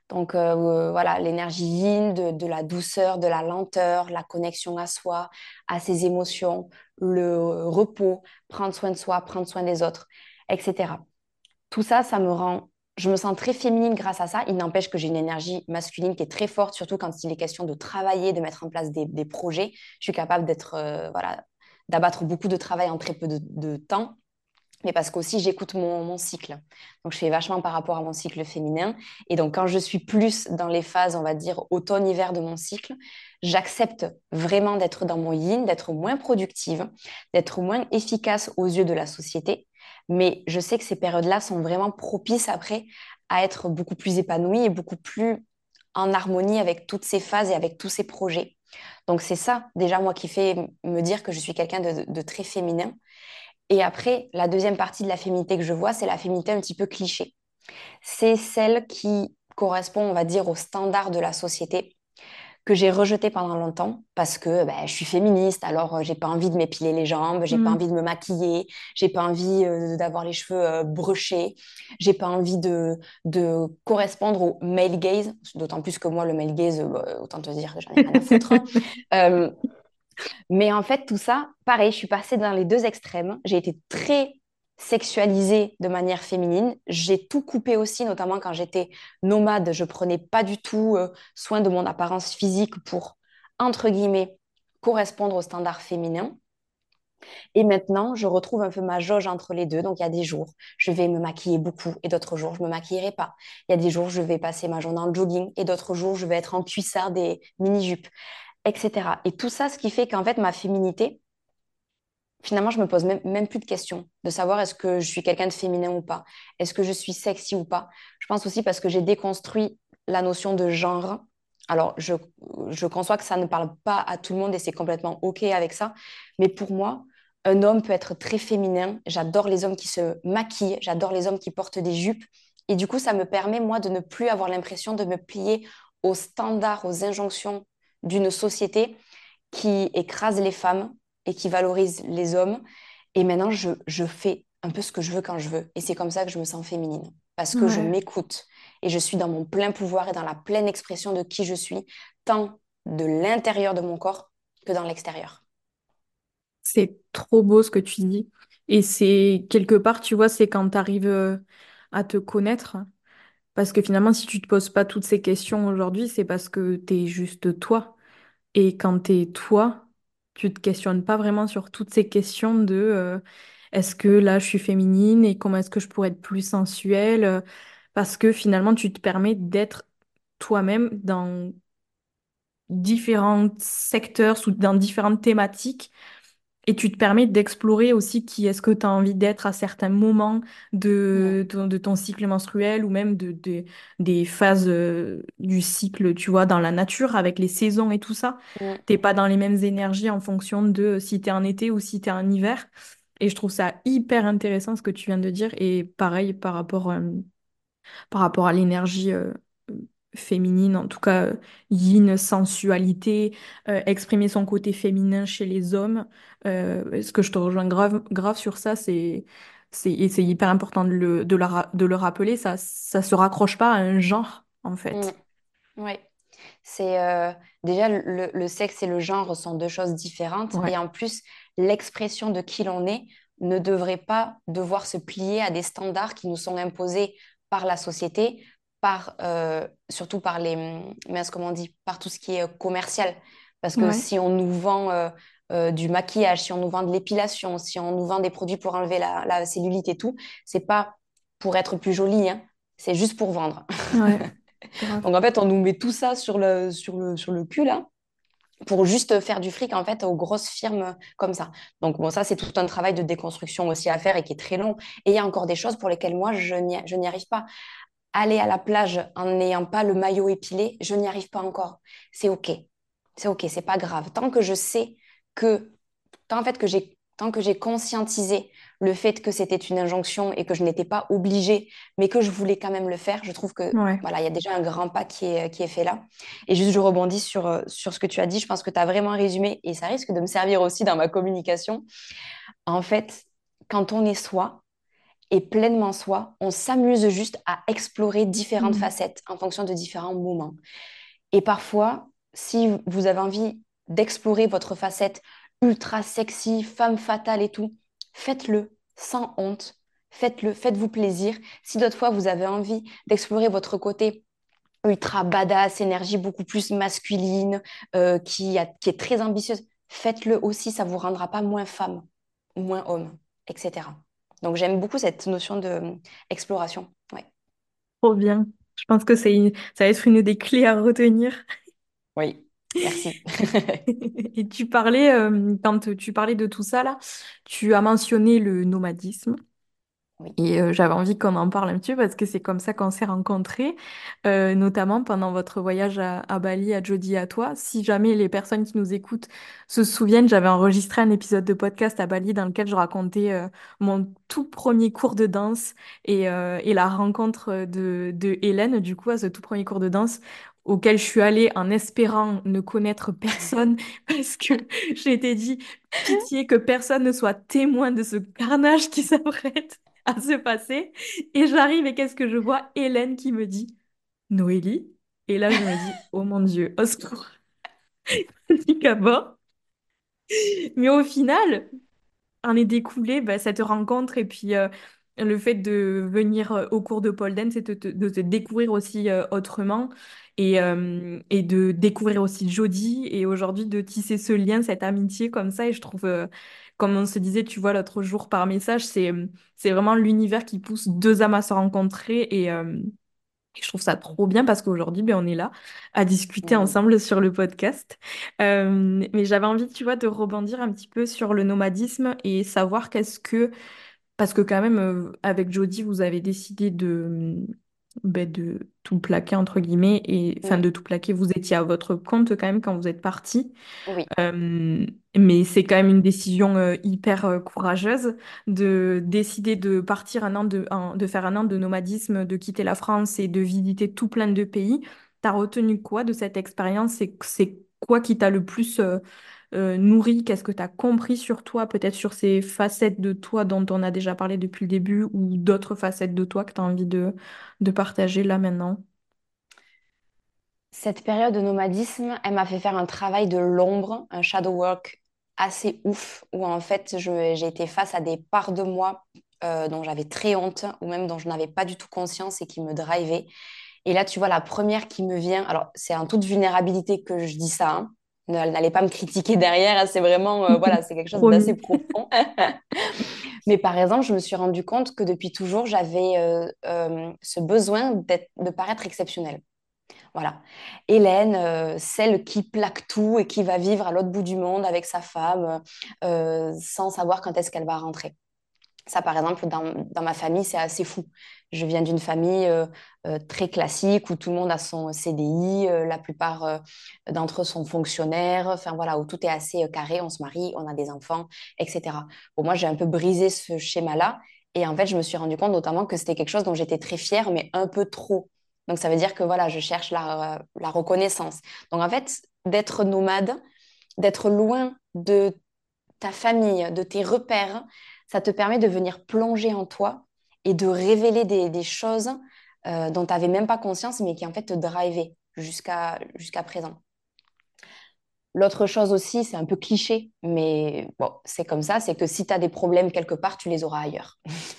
S2: Donc voilà, l'énergie yin, de la douceur, de la lenteur, la connexion à soi, à ses émotions, le repos, prendre soin de soi, prendre soin des autres, etc. Tout ça, je me sens très féminine grâce à ça. Il n'empêche que j'ai une énergie masculine qui est très forte, surtout quand il est question de travailler, de mettre en place des projets. Je suis capable voilà, d'abattre beaucoup de travail en très peu de temps, mais parce qu'aussi j'écoute mon cycle. Donc je fais vachement par rapport à mon cycle féminin. Et donc quand je suis plus dans les phases, on va dire, automne-hiver de mon cycle, j'accepte vraiment d'être dans mon yin, d'être moins productive, d'être moins efficace aux yeux de la société. Mais je sais que ces périodes-là sont vraiment propices après à être beaucoup plus épanouie et beaucoup plus en harmonie avec toutes ces phases et avec tous ces projets. Donc c'est ça, déjà, moi, qui fait me dire que je suis quelqu'un de très féminin. Et après, la deuxième partie de la féminité que je vois, c'est la féminité un petit peu cliché. C'est celle qui correspond, on va dire, aux standards de la société que j'ai rejeté pendant longtemps parce que ben, je suis féministe, alors j'ai pas envie de m'épiler les jambes, j'ai pas
S1: Mm.
S2: envie de me maquiller, j'ai pas envie d'avoir les cheveux brushés, j'ai pas envie de correspondre au male gaze, d'autant plus que moi, le male gaze, autant te dire que j'en ai rien à foutre, hein. Euh, mais en fait, tout ça, pareil, je suis passée dans les deux extrêmes. J'ai été très sexualisée de manière féminine. J'ai tout coupé aussi, notamment quand j'étais nomade. Je prenais pas du tout soin de mon apparence physique pour, entre guillemets, correspondre aux standards féminins. Et maintenant, je retrouve un peu ma jauge entre les deux. Donc, il y a des jours, je vais me maquiller beaucoup et d'autres jours, je me maquillerai pas. Il y a des jours, je vais passer ma journée en jogging et d'autres jours, je vais être en cuissard des mini-jupes, etc. Et tout ça, ce qui fait qu'en fait, ma féminité, finalement, je me pose même plus de questions de savoir est-ce que je suis quelqu'un de féminin ou pas, est-ce que je suis sexy ou pas. Je pense aussi parce que j'ai déconstruit la notion de genre. Alors, je conçois que ça ne parle pas à tout le monde et c'est complètement OK avec ça. Mais pour moi, un homme peut être très féminin. J'adore les hommes qui se maquillent, j'adore les hommes qui portent des jupes. Et du coup, ça me permet, moi, de ne plus avoir l'impression de me plier aux standards, aux injonctions d'une société qui écrase les femmes et qui valorise les hommes. Et maintenant, je fais un peu ce que je veux quand je veux. Et c'est comme ça que je me sens féminine. Parce que je
S1: Ouais.
S2: m'écoute et je suis dans mon plein pouvoir et dans la pleine expression de qui je suis, tant de l'intérieur de mon corps que dans l'extérieur.
S1: C'est trop beau ce que tu dis. Et c'est quelque part, tu vois, c'est quand tu arrives à te connaître. Parce que finalement, si tu te poses pas toutes ces questions aujourd'hui, c'est parce que t'es juste toi. Et quand t'es toi, tu te questionnes pas vraiment sur toutes ces questions de est-ce que là je suis féminine et comment est-ce que je pourrais être plus sensuelle parce que finalement, tu te permets d'être toi-même dans différents secteurs, dans différentes thématiques. Et tu te permets d'explorer aussi qui est-ce que tu as envie d'être à certains moments
S2: Mm,
S1: de ton cycle menstruel ou même des phases du cycle, tu vois, dans la nature avec les saisons et tout ça.
S2: mm,
S1: T'es pas dans les mêmes énergies en fonction de si t'es en été ou si t'es en hiver. Et je trouve ça hyper intéressant ce que tu viens de dire. Et pareil par rapport à l'énergie féminine, en tout cas yin, sensualité, exprimer son côté féminin chez les hommes. Ce que je te rejoins grave sur ça, et c'est hyper important de le rappeler, ça se raccroche pas à un genre, en
S2: mm.
S1: fait.
S2: Ouais. C'est déjà le sexe et le genre sont deux choses différentes
S1: Ouais,
S2: et en plus l'expression de qui l'on est ne devrait pas devoir se plier à des standards qui nous sont imposés par la société, surtout par mince, comment on dit, par tout ce qui est commercial. Parce que
S1: ouais,
S2: si on nous vend du maquillage, si on nous vend de l'épilation, si on nous vend des produits pour enlever la cellulite et tout, c'est pas pour être plus jolie, hein, c'est juste pour vendre.
S1: ouais, grave.
S2: Donc en fait, on nous met tout ça sur le cul là pour juste faire du fric en fait aux grosses firmes comme ça. Donc bon, ça c'est tout un travail de déconstruction aussi à faire et qui est très long. Et il y a encore des choses pour lesquelles moi je n'y arrive pas. Aller à la plage en n'ayant pas le maillot épilé, je n'y arrive pas encore. C'est OK. C'est OK, c'est pas grave. Tant que je sais que tant que j'ai conscientisé le fait que c'était une injonction et que je n'étais pas obligée, mais que je voulais quand même le faire, je trouve que
S1: Ouais.
S2: voilà, il y a déjà un grand pas qui est fait là. Et juste, je rebondis sur ce que tu as dit. Je pense que tu as vraiment résumé et ça risque de me servir aussi dans ma communication. En fait, quand on est soi, et pleinement soi. On s'amuse juste à explorer différentes
S1: Mm.
S2: facettes en fonction de différents moments. Et parfois, si vous avez envie d'explorer votre facette ultra sexy, femme fatale et tout, faites-le sans honte. Faites-le, faites-vous plaisir. Si d'autres fois vous avez envie d'explorer votre côté ultra badass, énergie beaucoup plus masculine, qui est très ambitieuse, faites-le aussi, ça vous rendra pas moins femme, moins homme, etc. Donc j'aime beaucoup cette notion de exploration. Ouais.
S1: Trop bien. Je pense que ça va être une des clés à retenir.
S2: Oui, merci.
S1: Et quand tu parlais de tout ça là, tu as mentionné le nomadisme.
S2: Oui.
S1: Et j'avais envie qu'on en parle un petit peu parce que c'est comme ça qu'on s'est rencontrés, notamment pendant votre voyage à Bali, à Jody, à toi. Si jamais les personnes qui nous écoutent se souviennent, j'avais enregistré un épisode de podcast à Bali dans lequel je racontais mon tout premier cours de danse et la rencontre de Hélène, du coup, à ce tout premier cours de danse auquel je suis allée en espérant ne connaître personne parce que j'ai été dit, pitié que personne ne soit témoin de ce carnage qui s'apprête à se passer. Et j'arrive et qu'est-ce que je vois? Hélène qui me dit Noélie. Et là, je me dis, oh mon Dieu, au secours, panique à bord. Mais au final, en est découlé bah, cette rencontre et puis le fait de venir au cours de pole dance et de te découvrir aussi autrement et de découvrir aussi Jodie et aujourd'hui de tisser ce lien, cette amitié comme ça. Et je trouve, comme on se disait, tu vois, l'autre jour par message, c'est vraiment l'univers qui pousse deux âmes à se rencontrer et je trouve ça trop bien parce qu'aujourd'hui, ben, on est là à discuter
S2: Mm.
S1: ensemble sur le podcast. Mais j'avais envie, tu vois, de rebondir un petit peu sur le nomadisme et savoir qu'est-ce que... Parce que quand même, avec Jodie, vous avez décidé de tout plaquer, entre guillemets, et enfin
S2: Mm.
S1: de tout plaquer, vous étiez à votre compte quand même quand vous êtes parti.
S2: Oui,
S1: Euh, mais c'est quand même une décision hyper courageuse de décider de partir de faire un an de nomadisme, de quitter la France et de visiter tout plein de pays. T'as retenu quoi de cette expérience? C'est quoi qui t'a le plus nourri? Qu'est-ce que t'as compris sur toi, peut-être sur ces facettes de toi dont on a déjà parlé depuis le début ou d'autres facettes de toi que t'as envie de partager là maintenant?
S2: cette période de nomadisme, elle m'a fait faire un travail de l'ombre, un shadow work assez ouf, où en fait j'ai été face à des parts de moi dont j'avais très honte, ou même dont je n'avais pas du tout conscience et qui me drivaient. Et là, tu vois, la première qui me vient, alors c'est en toute vulnérabilité que je dis ça, hein. N'allez pas me critiquer derrière, hein, c'est vraiment, voilà, c'est quelque chose d'assez
S1: Promis.
S2: profond. Mais par exemple, je me suis rendu compte que depuis toujours, j'avais ce besoin de paraître exceptionnelle. Voilà. Hélène, celle qui plaque tout et qui va vivre à l'autre bout du monde avec sa femme sans savoir quand est-ce qu'elle va rentrer. Ça, par exemple, dans ma famille, c'est assez fou. Je viens d'une famille très classique où tout le monde a son CDI, la plupart d'entre eux sont fonctionnaires, enfin voilà, où tout est assez carré, on se marie, on a des enfants, etc. Bon, moi, j'ai un peu brisé ce schéma-là et en fait, je me suis rendu compte notamment que c'était quelque chose dont j'étais très fière, mais un peu trop. Donc, ça veut dire que voilà, je cherche la reconnaissance. Donc, en fait, d'être nomade, d'être loin de ta famille, de tes repères, ça te permet de venir plonger en toi et de révéler des choses dont tu n'avais même pas conscience, mais qui en fait te drivaient jusqu'à présent. L'autre chose aussi, c'est un peu cliché, mais bon, c'est comme ça, c'est que si tu as des problèmes quelque part, tu les auras ailleurs.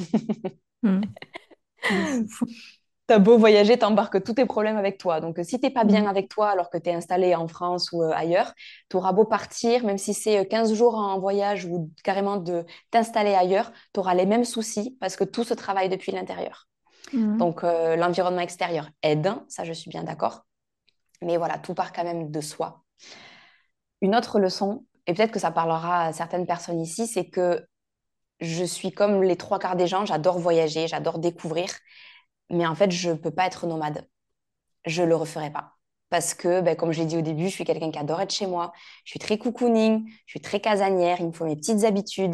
S1: Hmm. De fou.
S2: T'as beau voyager, t'embarques tous tes problèmes avec toi. Donc, si t'es pas bien
S1: Hmm.
S2: avec toi alors que t'es installé en France ou ailleurs, t'auras beau partir, même si c'est 15 jours en voyage ou carrément de t'installer ailleurs, t'auras les mêmes soucis parce que tout se travaille depuis l'intérieur.
S1: Hmm.
S2: Donc, l'environnement extérieur aide, ça je suis bien d'accord. Mais voilà, tout part quand même de soi. Une autre leçon, et peut-être que ça parlera à certaines personnes ici, c'est que je suis comme les trois quarts des gens, j'adore voyager, j'adore découvrir, mais en fait, je ne peux pas être nomade. Je le referai pas. Parce que, ben, comme je l'ai dit au début, je suis quelqu'un qui adore être chez moi. Je suis très cocooning, je suis très casanière. Il me faut mes petites habitudes,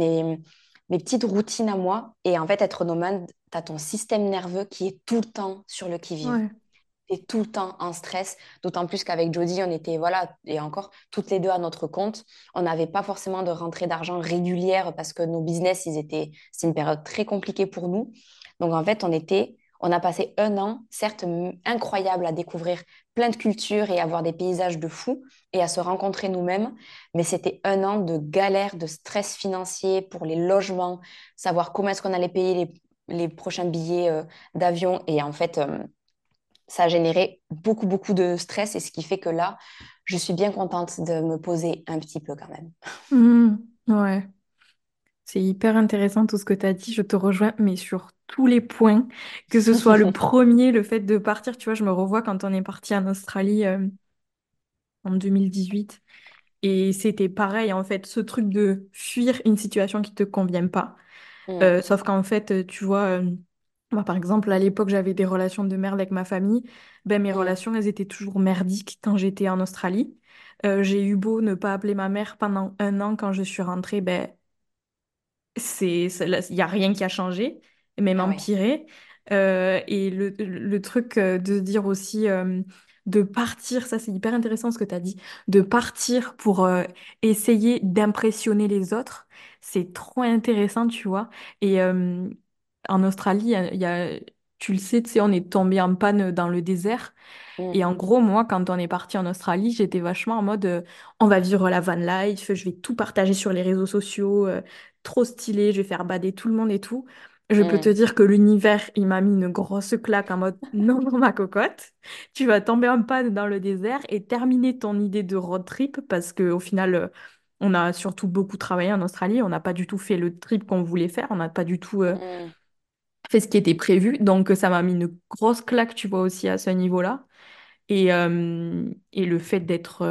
S2: mes petites routines à moi. Et en fait, être nomade, tu as ton système nerveux qui est tout le temps sur le qui-vive.
S1: Ouais.
S2: était tout le temps en stress, d'autant plus qu'avec Jodie, on était, voilà, et encore, toutes les deux à notre compte. On n'avait pas forcément de rentrée d'argent régulière parce que nos business, c'est une période très compliquée pour nous. Donc, en fait, on a passé un an, certes incroyable à découvrir plein de cultures et à voir des paysages de fou et à se rencontrer nous-mêmes, mais c'était un an de galère, de stress financier pour les logements, savoir comment est-ce qu'on allait payer les prochains billets d'avion. Et en fait, ça a généré beaucoup, beaucoup de stress. Et ce qui fait que là, je suis bien contente de me poser un petit peu quand même.
S1: Hmm, ouais, c'est hyper intéressant tout ce que tu as dit. Je te rejoins, mais sur tous les points, que ce soit le premier, le fait de partir. Tu vois, je me revois quand on est parti en Australie en 2018. Et c'était pareil, en fait, ce truc de fuir une situation qui te convient pas.
S2: Mm,
S1: Sauf qu'en fait, tu vois, moi, par exemple, à l'époque, j'avais des relations de merde avec ma famille. Ben, mes
S2: mm,
S1: relations, elles étaient toujours merdiques quand j'étais en Australie. J'ai eu beau ne pas appeler ma mère pendant un an quand je suis rentrée, ben, il n'y a rien qui a changé, même
S2: ah ouais.
S1: empiré. Et le truc de se dire aussi de partir, ça c'est hyper intéressant ce que tu as dit, de partir pour essayer d'impressionner les autres, c'est trop intéressant, tu vois. Et en Australie, tu le sais, tu sais, on est tombé en panne dans le désert.
S2: Mm,
S1: Et en gros, moi, quand on est parti en Australie, j'étais vachement en mode on va vivre la van life, je vais tout partager sur les réseaux sociaux, trop stylé, je vais faire bader tout le monde et tout. Je peux te
S2: mm,
S1: dire que l'univers, il m'a mis une grosse claque en mode non, non, ma cocotte, tu vas tomber en panne dans le désert et terminer ton idée de road trip parce qu'au final, on a surtout beaucoup travaillé en Australie, on n'a pas du tout fait le trip qu'on voulait faire, on n'a pas du tout
S2: mm.
S1: fait ce qui était prévu. Donc, ça m'a mis une grosse claque, tu vois, aussi à ce niveau-là. Et le fait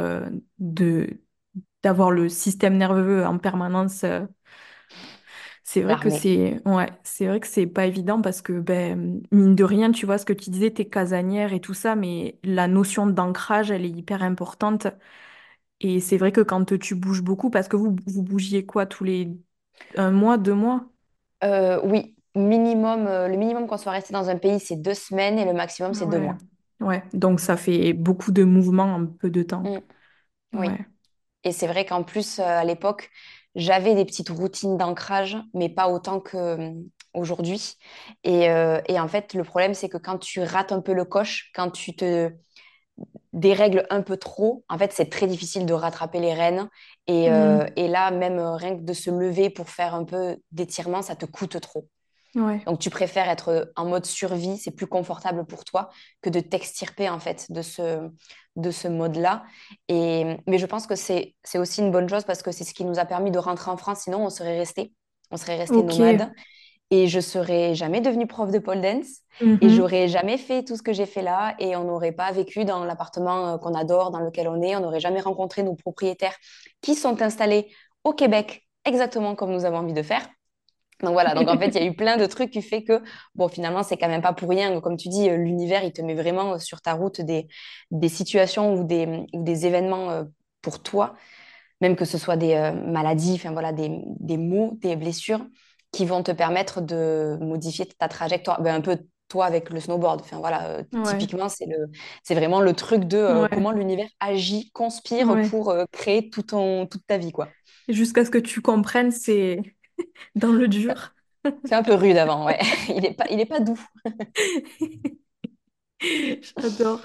S1: d'avoir le système nerveux en permanence, c'est vrai que
S2: L'armée.
S1: c'est vrai que c'est pas évident parce que, ben, mine de rien, tu vois, ce que tu disais, t'es casanière et tout ça, mais la notion d'ancrage, elle est hyper importante. Et c'est vrai que quand tu bouges beaucoup, parce que vous bougiez quoi, tous les un mois, 2 mois?
S2: Oui, le minimum qu'on soit resté dans un pays, c'est 2 semaines et le maximum,
S1: Ah
S2: c'est deux
S1: ouais.
S2: mois.
S1: Ouais, donc ça fait beaucoup de mouvements en peu de temps.
S2: Mm, oui.
S1: Ouais.
S2: Et c'est vrai qu'en plus, à l'époque, j'avais des petites routines d'ancrage, mais pas autant que aujourd'hui. Et en fait, le problème, c'est que quand tu rates un peu le coche, quand tu te dérègles un peu trop, en fait, c'est très difficile de rattraper les rênes.
S1: Hmm.
S2: Et là, même rien que de se lever pour faire un peu d'étirement, ça te coûte trop.
S1: Ouais.
S2: Donc, tu préfères être en mode survie, c'est plus confortable pour toi que de t'extirper en fait de ce mode-là. Mais je pense que c'est aussi une bonne chose parce que c'est ce qui nous a permis de rentrer en France. Sinon, on serait resté
S1: Ok.
S2: nomade et je serais jamais devenue prof de pole dance et
S1: Mhm.
S2: j'aurais jamais fait tout ce que j'ai fait là et on n'aurait pas vécu dans l'appartement qu'on adore, dans lequel on est. On n'aurait jamais rencontré nos propriétaires qui sont installés au Québec exactement comme nous avons envie de faire. Donc voilà, donc en fait, il y a eu plein de trucs qui fait que, bon, finalement, c'est quand même pas pour rien. Comme tu dis, l'univers, il te met vraiment sur ta route des situations ou des événements pour toi, même que ce soit des maladies, enfin voilà, des maux, des blessures qui vont te permettre de modifier ta trajectoire. Ben, un peu toi avec le snowboard. Enfin voilà,
S1: Ouais.
S2: typiquement, c'est vraiment le truc de
S1: Ouais.
S2: comment l'univers agit, conspire
S1: Ouais.
S2: pour créer toute ta vie, quoi.
S1: Jusqu'à ce que tu comprennes, c'est dans le dur.
S2: C'est un peu rude avant, ouais. Il est pas doux.
S1: J'adore.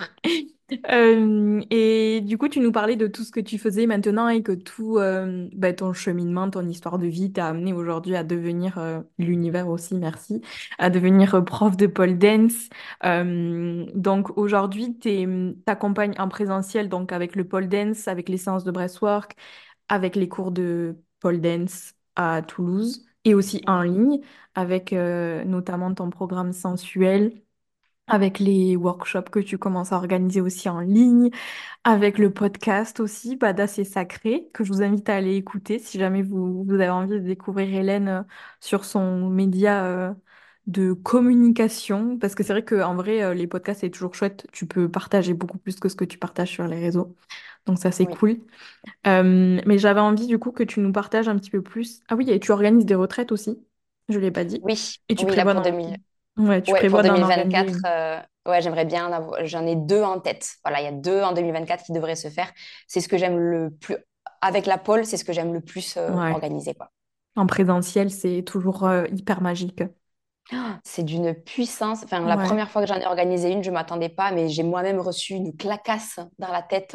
S1: Et du coup, tu nous parlais de tout ce que tu faisais maintenant et que tout bah, ton cheminement, ton histoire de vie t'a amené aujourd'hui à devenir l'univers aussi, merci, à devenir prof de pole dance. Donc aujourd'hui, t'accompagnes en présentiel donc avec le pole dance, avec les séances de breathwork, avec les cours de pole dance à Toulouse et aussi en
S2: Mm.
S1: ligne avec notamment ton programme sensuel avec les workshops que tu commences à organiser aussi en ligne, avec le podcast aussi, Badass et Sacré, que je vous invite à aller écouter si jamais vous avez envie de découvrir Hélène sur son média de communication. Parce que c'est vrai qu'en vrai, les podcasts, c'est toujours chouette. Tu peux partager beaucoup plus que ce que tu partages sur les réseaux. Donc ça, c'est
S2: Oui.
S1: cool. Mais j'avais envie du coup que tu nous partages un petit peu plus. Ah oui, et tu organises des retraites aussi. Je l'ai pas dit.
S2: Oui,
S1: Et tu
S2: oui, là
S1: prévois
S2: pour 2000.
S1: Ouais, tu
S2: Ouais, pour
S1: prévois d'en organiser
S2: 2024,
S1: une.
S2: Ouais, j'aimerais bien en avoir. J'en ai deux en tête. Voilà, il y a deux en 2024 qui devraient se faire. C'est ce que j'aime le plus. Avec la pole, c'est ce que j'aime le plus
S1: Ouais.
S2: organiser, quoi.
S1: En présentiel, c'est toujours hyper magique.
S2: C'est d'une puissance. Enfin, la
S1: Ouais.
S2: première fois que j'en ai organisé une, je ne m'attendais pas, mais j'ai moi-même reçu une clacasse dans la tête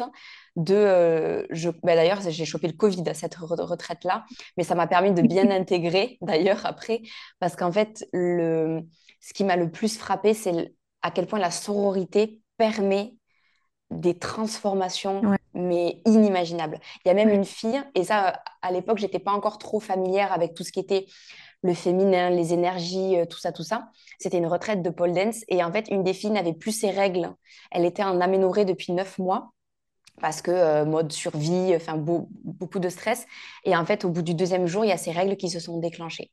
S2: d'ailleurs, j'ai chopé le Covid à cette retraite-là, mais ça m'a permis de bien intégrer, d'ailleurs, après, parce qu'en fait, ce qui m'a le plus frappé, c'est à quel point la sororité permet des transformations,
S1: Ouais.
S2: mais inimaginables. Il y a même
S1: Ouais.
S2: une fille, et ça, à l'époque, j'étais pas encore trop familière avec tout ce qui était le féminin, les énergies, tout ça, tout ça. C'était une retraite de pole dance, et en fait, une des filles n'avait plus ses règles. Elle était en aménorrhée depuis 9 mois. Parce que mode survie, enfin beaucoup de stress. Et en fait, au bout du deuxième jour, il y a ces règles qui se sont déclenchées.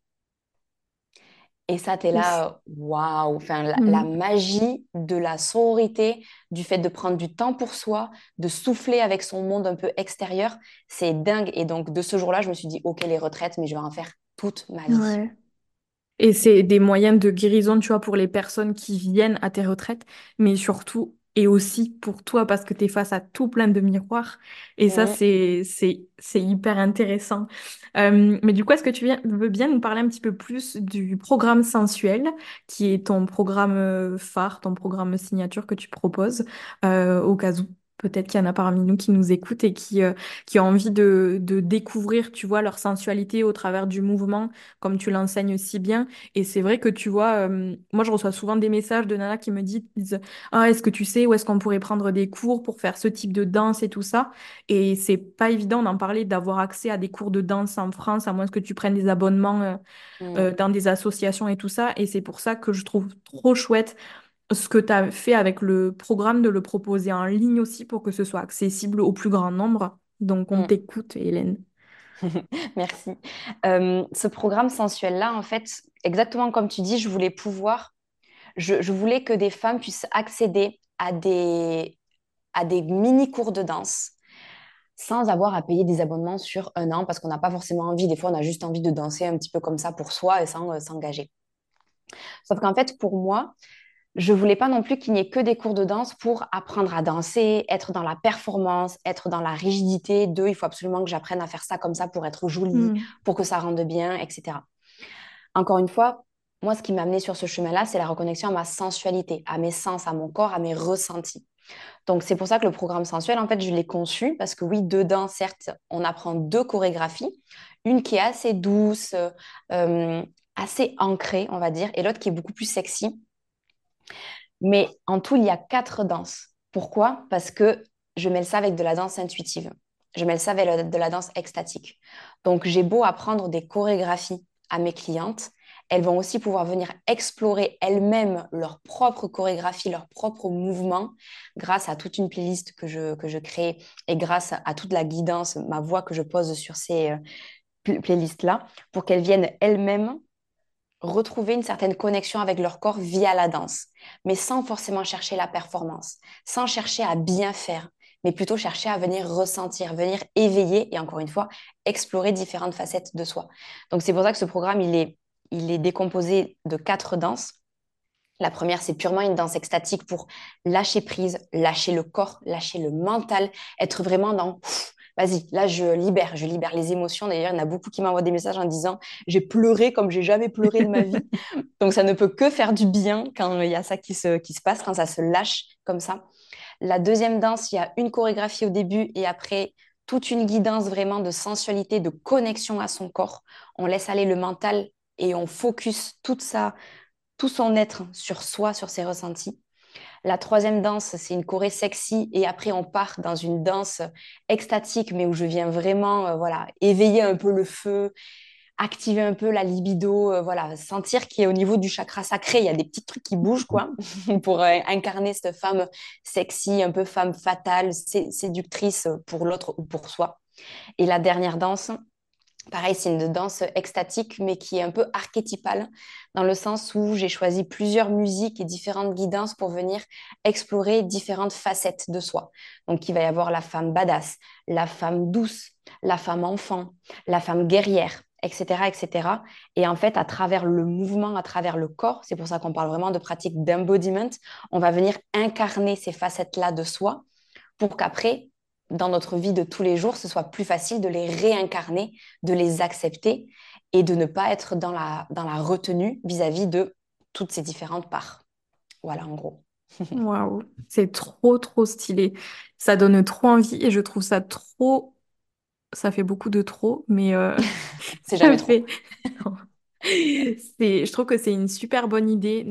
S2: Et ça, t'es là, waouh, enfin, la
S1: Mhm.
S2: magie de la sororité, du fait de prendre du temps pour soi, de souffler avec son monde un peu extérieur, c'est dingue. Et donc, de ce jour-là, je me suis dit, OK, les retraites, mais je vais en faire toute ma vie.
S1: Ouais. Et c'est des moyens de guérison, tu vois, pour les personnes qui viennent à tes retraites, mais surtout et aussi pour toi parce que tu es face à tout plein de miroirs. Et ça,
S2: Mhm,
S1: c'est hyper intéressant. Mais du coup, est-ce que veux bien nous parler un petit peu plus du programme sensuel, qui est ton programme phare, ton programme signature que tu proposes, au cas où peut-être qu'il y en a parmi nous qui nous écoutent et qui ont envie de découvrir, tu vois, leur sensualité au travers du mouvement, comme tu l'enseignes si bien. Et c'est vrai que tu vois, moi je reçois souvent des messages de nanas qui me disent Ah, est-ce que tu sais où est-ce qu'on pourrait prendre des cours pour faire ce type de danse et tout ça? Et c'est pas évident d'en parler, d'avoir accès à des cours de danse en France, à moins que tu prennes des abonnements
S2: mhm,
S1: dans des associations et tout ça. Et c'est pour ça que je trouve trop chouette ce que tu as fait avec le programme, de le proposer en ligne aussi pour que ce soit accessible au plus grand nombre. Donc on
S2: mhm.
S1: t'écoute, Hélène.
S2: Merci. Ce programme sensuel-là, en fait, exactement comme tu dis, je voulais que des femmes puissent accéder à des mini cours de danse sans avoir à payer des abonnements sur un an parce qu'on n'a pas forcément envie. Des fois, on a juste envie de danser un petit peu comme ça pour soi et sans s'engager. Sauf qu'en fait, pour moi, je voulais pas non plus qu'il n'y ait que des cours de danse pour apprendre à danser, être dans la performance, être dans la rigidité de il faut absolument que j'apprenne à faire ça comme ça pour être jolie,
S1: Mm.
S2: pour que ça rende bien, etc. Encore une fois, moi, ce qui m'a amené sur ce chemin-là, c'est la reconnexion à ma sensualité, à mes sens, à mon corps, à mes ressentis. Donc, c'est pour ça que le programme sensuel, en fait, je l'ai conçu parce que oui, dedans, certes, on apprend deux chorégraphies, une qui est assez douce, euh, assez ancrée, on va dire, et l'autre qui est beaucoup plus sexy. Mais en tout, il y a quatre danses. Pourquoi? Parce que je mêle ça avec de la danse intuitive. Je mêle ça avec de la danse extatique. Donc, j'ai beau apprendre des chorégraphies à mes clientes, elles vont aussi pouvoir venir explorer elles-mêmes leur propre chorégraphie, leurs propres mouvements, grâce à toute une playlist que je crée et grâce à toute la guidance, ma voix que je pose sur ces playlists-là, pour qu'elles viennent elles-mêmes retrouver une certaine connexion avec leur corps via la danse, mais sans forcément chercher la performance, sans chercher à bien faire, mais plutôt chercher à venir ressentir, venir éveiller et encore une fois, explorer différentes facettes de soi. Donc c'est pour ça que ce programme, il est décomposé de quatre danses. La première, c'est purement une danse extatique pour lâcher prise, lâcher le corps, lâcher le mental, être vraiment dans vas-y, là je libère les émotions. D'ailleurs, il y en a beaucoup qui m'envoient des messages en disant j'ai pleuré comme j'ai jamais pleuré de ma vie. Donc ça ne peut que faire du bien quand il y a ça qui se passe, quand ça se lâche comme ça. La deuxième danse, il y a une chorégraphie au début et après toute une guidance vraiment de sensualité, de connexion à son corps. On laisse aller le mental et on focus tout son être sur soi, sur ses ressentis. La troisième danse, c'est une choré sexy et après on part dans une danse extatique, mais où je viens vraiment, voilà, éveiller un peu le feu, activer un peu la libido, voilà, sentir qu'au niveau du chakra sacré, il y a des petits trucs qui bougent, quoi, pour incarner cette femme sexy, un peu femme fatale, séductrice pour l'autre ou pour soi. Et la dernière danse, pareil, c'est une danse extatique, mais qui est un peu archétypale, dans le sens où j'ai choisi plusieurs musiques et différentes guidances pour venir explorer différentes facettes de soi. Donc, il va y avoir la femme badass, la femme douce, la femme enfant, la femme guerrière, etc., etc. Et en fait, à travers le mouvement, à travers le corps, c'est pour ça qu'on parle vraiment de pratique d'embodiment, on va venir incarner ces facettes-là de soi pour qu'après, dans notre vie de tous les jours, ce soit plus facile de les réincarner, de les accepter et de ne pas être dans la retenue vis-à-vis de toutes ces différentes parts. Voilà, en gros.
S1: Waouh, c'est trop, trop stylé. Ça donne trop envie et je trouve ça trop. Ça fait beaucoup de trop, mais
S2: C'est
S1: ça
S2: jamais trop.
S1: fait. Non. Je trouve que c'est une super bonne idée,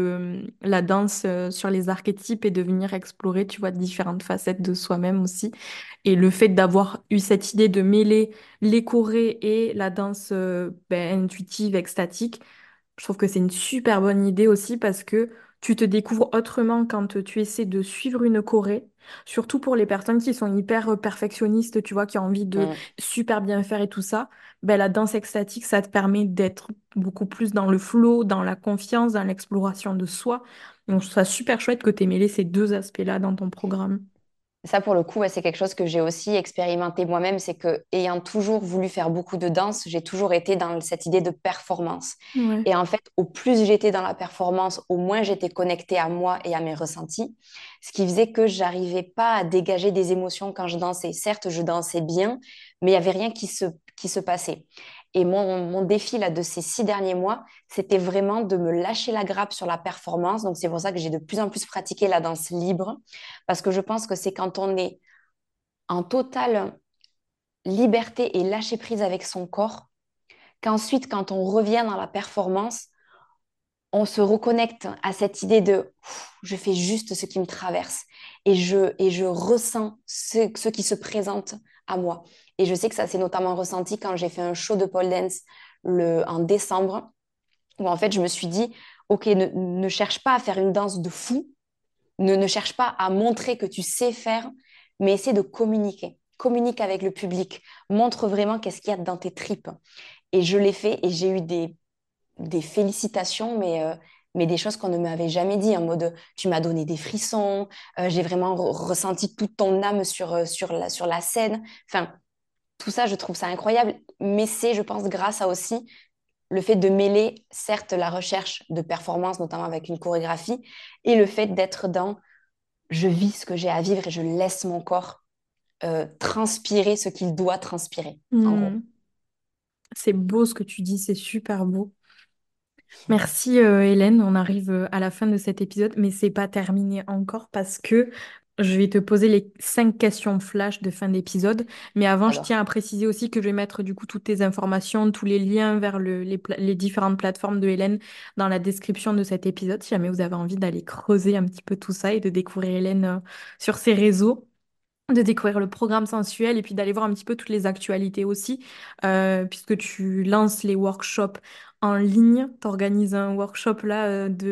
S1: la danse sur les archétypes et de venir explorer, tu vois, différentes facettes de soi-même aussi. Et le fait d'avoir eu cette idée de mêler les chorés et la danse intuitive, extatique, je trouve que c'est une super bonne idée aussi parce que tu te découvres autrement quand tu essaies de suivre une choré, surtout pour les personnes qui sont hyper perfectionnistes, tu vois, qui ont envie de
S2: Mm.
S1: super bien faire et tout ça. Ben, la danse extatique, ça te permet d'être beaucoup plus dans le flow, dans la confiance, dans l'exploration de soi. Donc, je trouve ça super chouette que tu aies mêlé ces deux aspects-là dans ton programme.
S2: Ça, pour le coup, ouais, c'est quelque chose que j'ai aussi expérimenté moi-même, c'est que ayant toujours voulu faire beaucoup de danse, j'ai toujours été dans cette idée de performance.
S1: Ouais.
S2: Et en fait, au plus j'étais dans la performance, au moins j'étais connectée à moi et à mes ressentis, ce qui faisait que j'arrivais pas à dégager des émotions quand je dansais. Certes, je dansais bien, mais il y avait rien qui se passait. Et mon défi là, de ces 6 derniers mois, c'était vraiment de me lâcher la grappe sur la performance. Donc c'est pour ça que j'ai de plus en plus pratiqué la danse libre parce que je pense que c'est quand on est en totale liberté et lâcher prise avec son corps, qu'ensuite, quand on revient dans la performance, on se reconnecte à cette idée de je fais juste ce qui me traverse et je ressens ce qui se présente à moi. Et je sais que ça s'est notamment ressenti quand j'ai fait un show de pole dance en décembre, où en fait je me suis dit, ok, ne cherche pas à faire une danse de fou, ne cherche pas à montrer que tu sais faire, mais essaie de communiquer. Communique avec le public. Montre vraiment qu'est-ce qu'il y a dans tes tripes. Et je l'ai fait et j'ai eu des félicitations, mais des choses qu'on ne m'avait jamais dit, en mode tu m'as donné des frissons, j'ai vraiment ressenti toute ton âme sur la scène. Enfin, tout ça, je trouve ça incroyable. Mais c'est, je pense, grâce à aussi le fait de mêler, certes, la recherche de performance, notamment avec une chorégraphie, et le fait d'être dans je vis ce que j'ai à vivre et je laisse mon corps transpirer ce qu'il doit transpirer, en gros.
S1: Hmm. C'est beau ce que tu dis, c'est super beau. Merci Hélène, on arrive à la fin de cet épisode, mais c'est pas terminé encore parce que je vais te poser les 5 questions flash de fin d'épisode. Mais avant, je tiens
S2: Alors,
S1: à préciser aussi que je vais mettre du coup toutes tes informations, tous les liens vers les différentes plateformes de Hélène dans la description de cet épisode, si jamais vous avez envie d'aller creuser un petit peu tout ça et de découvrir Hélène sur ses réseaux, de découvrir le programme sensuel et puis d'aller voir un petit peu toutes les actualités aussi, puisque tu lances les workshops en ligne. Tu organises un workshop là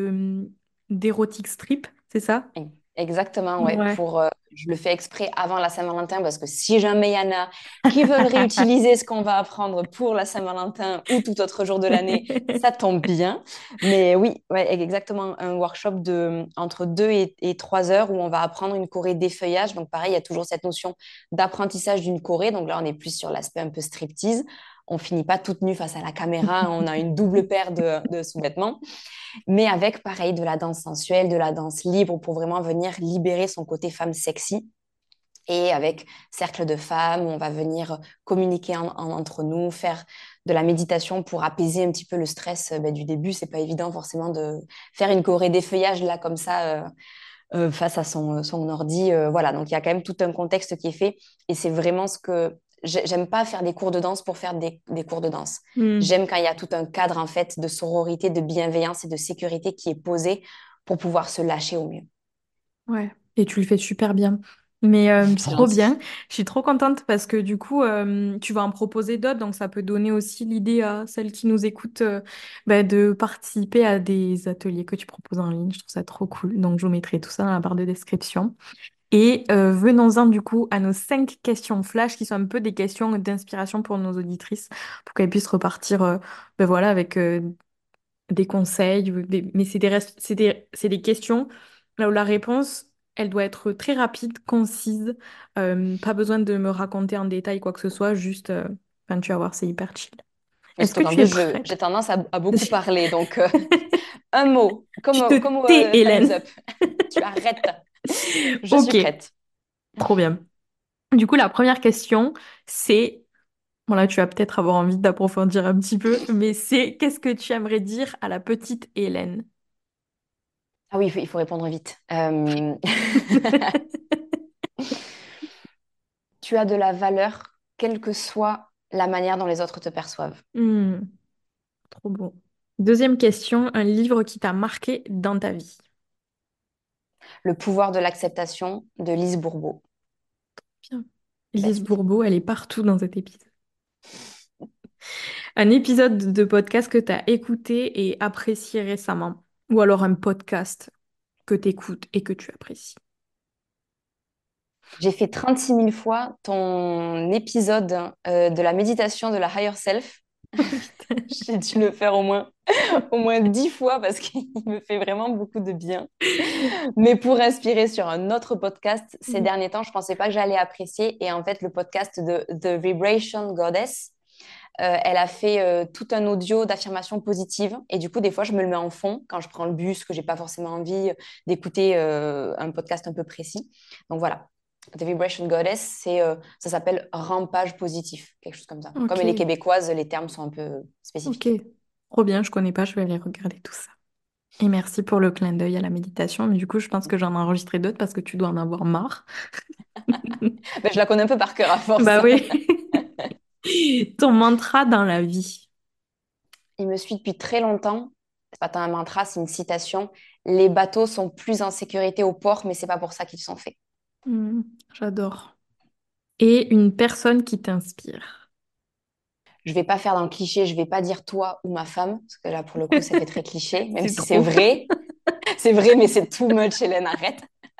S1: d'érotique strip, c'est ça?
S2: exactement, ouais.
S1: Ouais.
S2: Je le fais exprès avant la Saint-Valentin parce que si jamais il y en a qui veulent réutiliser ce qu'on va apprendre pour la Saint-Valentin ou tout autre jour de l'année, ça tombe bien. Mais oui, ouais, exactement, un workshop de entre 2 et 3 heures où on va apprendre une choré d'effeuillage. Donc pareil, il y a toujours cette notion d'apprentissage d'une choré. Donc là, on est plus sur l'aspect un peu striptease. On finit pas toute nue face à la caméra, on a une double paire de sous-vêtements mais avec pareil de la danse sensuelle, de la danse libre pour vraiment venir libérer son côté femme sexy. Et avec cercle de femmes, on va venir communiquer entre nous, faire de la méditation pour apaiser un petit peu le stress du début. C'est pas évident forcément de faire une choré d'effeuillage là comme ça face à son ordi. Voilà, donc il y a quand même tout un contexte qui est fait. Et c'est vraiment ce que j'aime pas faire des cours de danse pour faire des cours de danse.
S1: Hmm.
S2: J'aime quand il y a tout un cadre en fait de sororité, de bienveillance et de sécurité qui est posé pour pouvoir se lâcher au mieux.
S1: Ouais, et tu le fais super bien. Mais
S2: C'est
S1: trop bien.
S2: gentil.
S1: Je suis trop contente parce que du coup, tu vas en proposer d'autres, donc ça peut donner aussi l'idée à celles qui nous écoutent de participer à des ateliers que tu proposes en ligne. Je trouve ça trop cool. Donc je vous mettrai tout ça dans la barre de description. Et venons-en du coup à nos 5 questions flash qui sont un peu des questions d'inspiration pour nos auditrices pour qu'elles puissent repartir voilà, avec des conseils, mais c'est des questions là où la réponse, elle doit être très rapide, concise, pas besoin de me raconter en détail quoi que ce soit, juste, enfin, tu vas voir, c'est hyper chill.
S2: Mais
S1: Est-ce
S2: surtout
S1: que
S2: qu'en
S1: tu es
S2: plus,
S1: prête?
S2: j'ai tendance à beaucoup parler. Donc, un mot,
S1: Tu te
S2: comme au
S1: tais,
S2: Time's
S1: Hélène.
S2: Up. Tu arrêtes. Je suis
S1: Ok,
S2: prête.
S1: trop bien. Du coup, la première question, c'est, bon là, tu vas peut-être avoir envie d'approfondir un petit peu, mais c'est qu'est-ce que tu aimerais dire à la petite Hélène?
S2: Ah oui, il faut répondre vite. Tu as de la valeur, quelle que soit la manière dont les autres te perçoivent.
S1: Hmm, trop beau. Deuxième question, un livre qui t'a marqué dans ta vie.
S2: Le pouvoir de l'acceptation de Lise Bourbeau.
S1: Bien. Lise
S2: Best.
S1: Bourbeau, elle est partout dans cet épisode. Un épisode de podcast que tu as écouté et apprécié récemment. Ou alors un podcast que tu écoutes et que tu apprécies.
S2: J'ai fait 36 000 fois ton épisode de la méditation de la higher self.
S1: Oui.
S2: J'ai dû le faire au moins 10 fois parce qu'il me fait vraiment beaucoup de bien. Mais pour inspirer sur un autre podcast, ces derniers temps, je ne pensais pas que j'allais apprécier. Et en fait, le podcast de The Vibration Goddess, elle a fait tout un audio d'affirmation positive. Et du coup, des fois, je me le mets en fond quand je prends le bus, que j'ai pas forcément envie d'écouter un podcast un peu précis. Donc voilà. The Vibration Goddess, ça s'appelle rampage positif, quelque chose comme ça. Comme
S1: Ok,
S2: les Québécoises, les termes sont un peu
S1: ok.
S2: spécifiques.
S1: Trop bien, je connais pas, je vais aller regarder tout ça. Et merci pour le clin d'œil à la méditation. Mais du coup, je pense que j'en ai enregistré d'autres parce que tu dois en avoir marre.
S2: Ben, je la connais un peu par cœur à force.
S1: Bah oui. Ton mantra dans la vie.
S2: Il me suit depuis très longtemps. C'est pas tant un mantra, c'est une citation. Les bateaux sont plus en sécurité au port, mais c'est pas pour ça qu'ils sont faits.
S1: Hmm, j'adore. Et une personne qui t'inspire.
S2: Je vais pas faire dans le cliché, je vais pas dire toi ou ma femme, parce que là, pour le coup, ça fait très cliché, même
S1: C'est
S2: si c'est
S1: trop.
S2: vrai. C'est vrai, mais c'est too much, Hélène, arrête.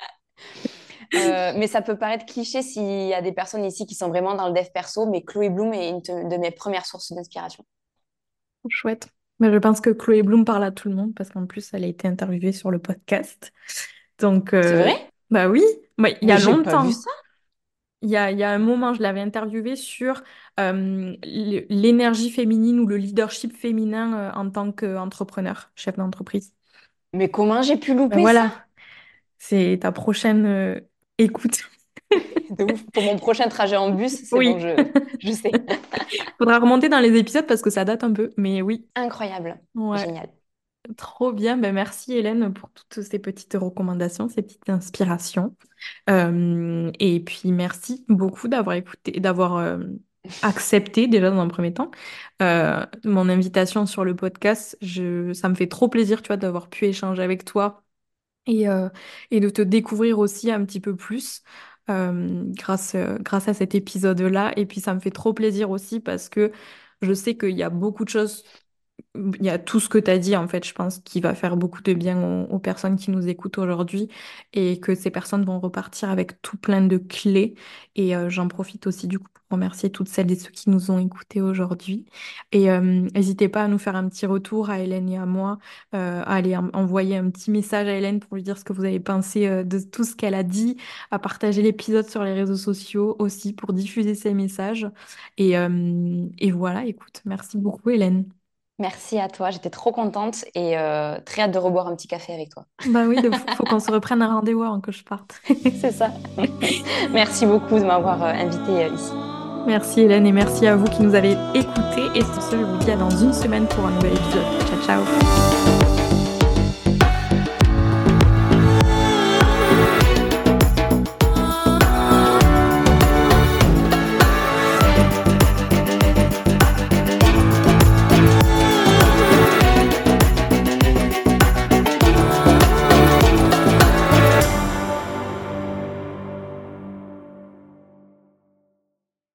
S2: Mais ça peut paraître cliché s'il y a des personnes ici qui sont vraiment dans le dev perso, mais Chloé Bloom est une de mes premières sources d'inspiration.
S1: Chouette. Mais je pense que Chloé Bloom parle à tout le monde parce qu'en plus, elle a été interviewée sur le podcast. Donc,
S2: C'est vrai?
S1: bah oui, il y
S2: Mais
S1: a
S2: j'ai pas vu
S1: longtemps.
S2: ça.
S1: Il y a un moment, je l'avais interviewée sur l'énergie féminine ou le leadership féminin en tant qu'entrepreneur, chef d'entreprise.
S2: Mais comment j'ai pu
S1: Ben
S2: louper ça?
S1: voilà, c'est ta prochaine écoute.
S2: De ouf. Pour mon prochain trajet en bus, c'est bon,
S1: Oui,
S2: je sais.
S1: faudra remonter dans les épisodes parce que ça date un peu. Mais oui,
S2: Incroyable.
S1: ouais.
S2: Génial.
S1: Trop bien, ben merci Hélène pour toutes ces petites recommandations, ces petites inspirations. Et puis merci beaucoup d'avoir écouté, d'avoir accepté déjà dans un premier temps mon invitation sur le podcast. Ça me fait trop plaisir, tu vois, d'avoir pu échanger avec toi et, euh, et de te découvrir aussi un petit peu plus grâce à cet épisode-là. Et puis ça me fait trop plaisir aussi parce que je sais qu'il y a beaucoup de choses, il y a tout ce que tu as dit, en fait, je pense, qui va faire beaucoup de bien aux personnes qui nous écoutent aujourd'hui et que ces personnes vont repartir avec tout plein de clés. Et j'en profite aussi, du coup, pour remercier toutes celles et ceux qui nous ont écoutés aujourd'hui. Et n'hésitez pas à nous faire un petit retour à Hélène et à moi, à aller envoyer un petit message à Hélène pour lui dire ce que vous avez pensé de tout ce qu'elle a dit, à partager l'épisode sur les réseaux sociaux aussi pour diffuser ces messages. Et voilà, écoute, merci beaucoup, Hélène.
S2: Merci à toi, j'étais trop contente et très hâte de reboire un petit café avec toi.
S1: Bah oui, faut qu'on se reprenne un rendez-vous avant que je parte.
S2: C'est ça. Merci beaucoup de m'avoir invitée ici.
S1: Merci Hélène et merci à vous qui nous avez écoutés. Et sur ce, je vous dis à dans une semaine pour un nouvel épisode. Ciao, ciao.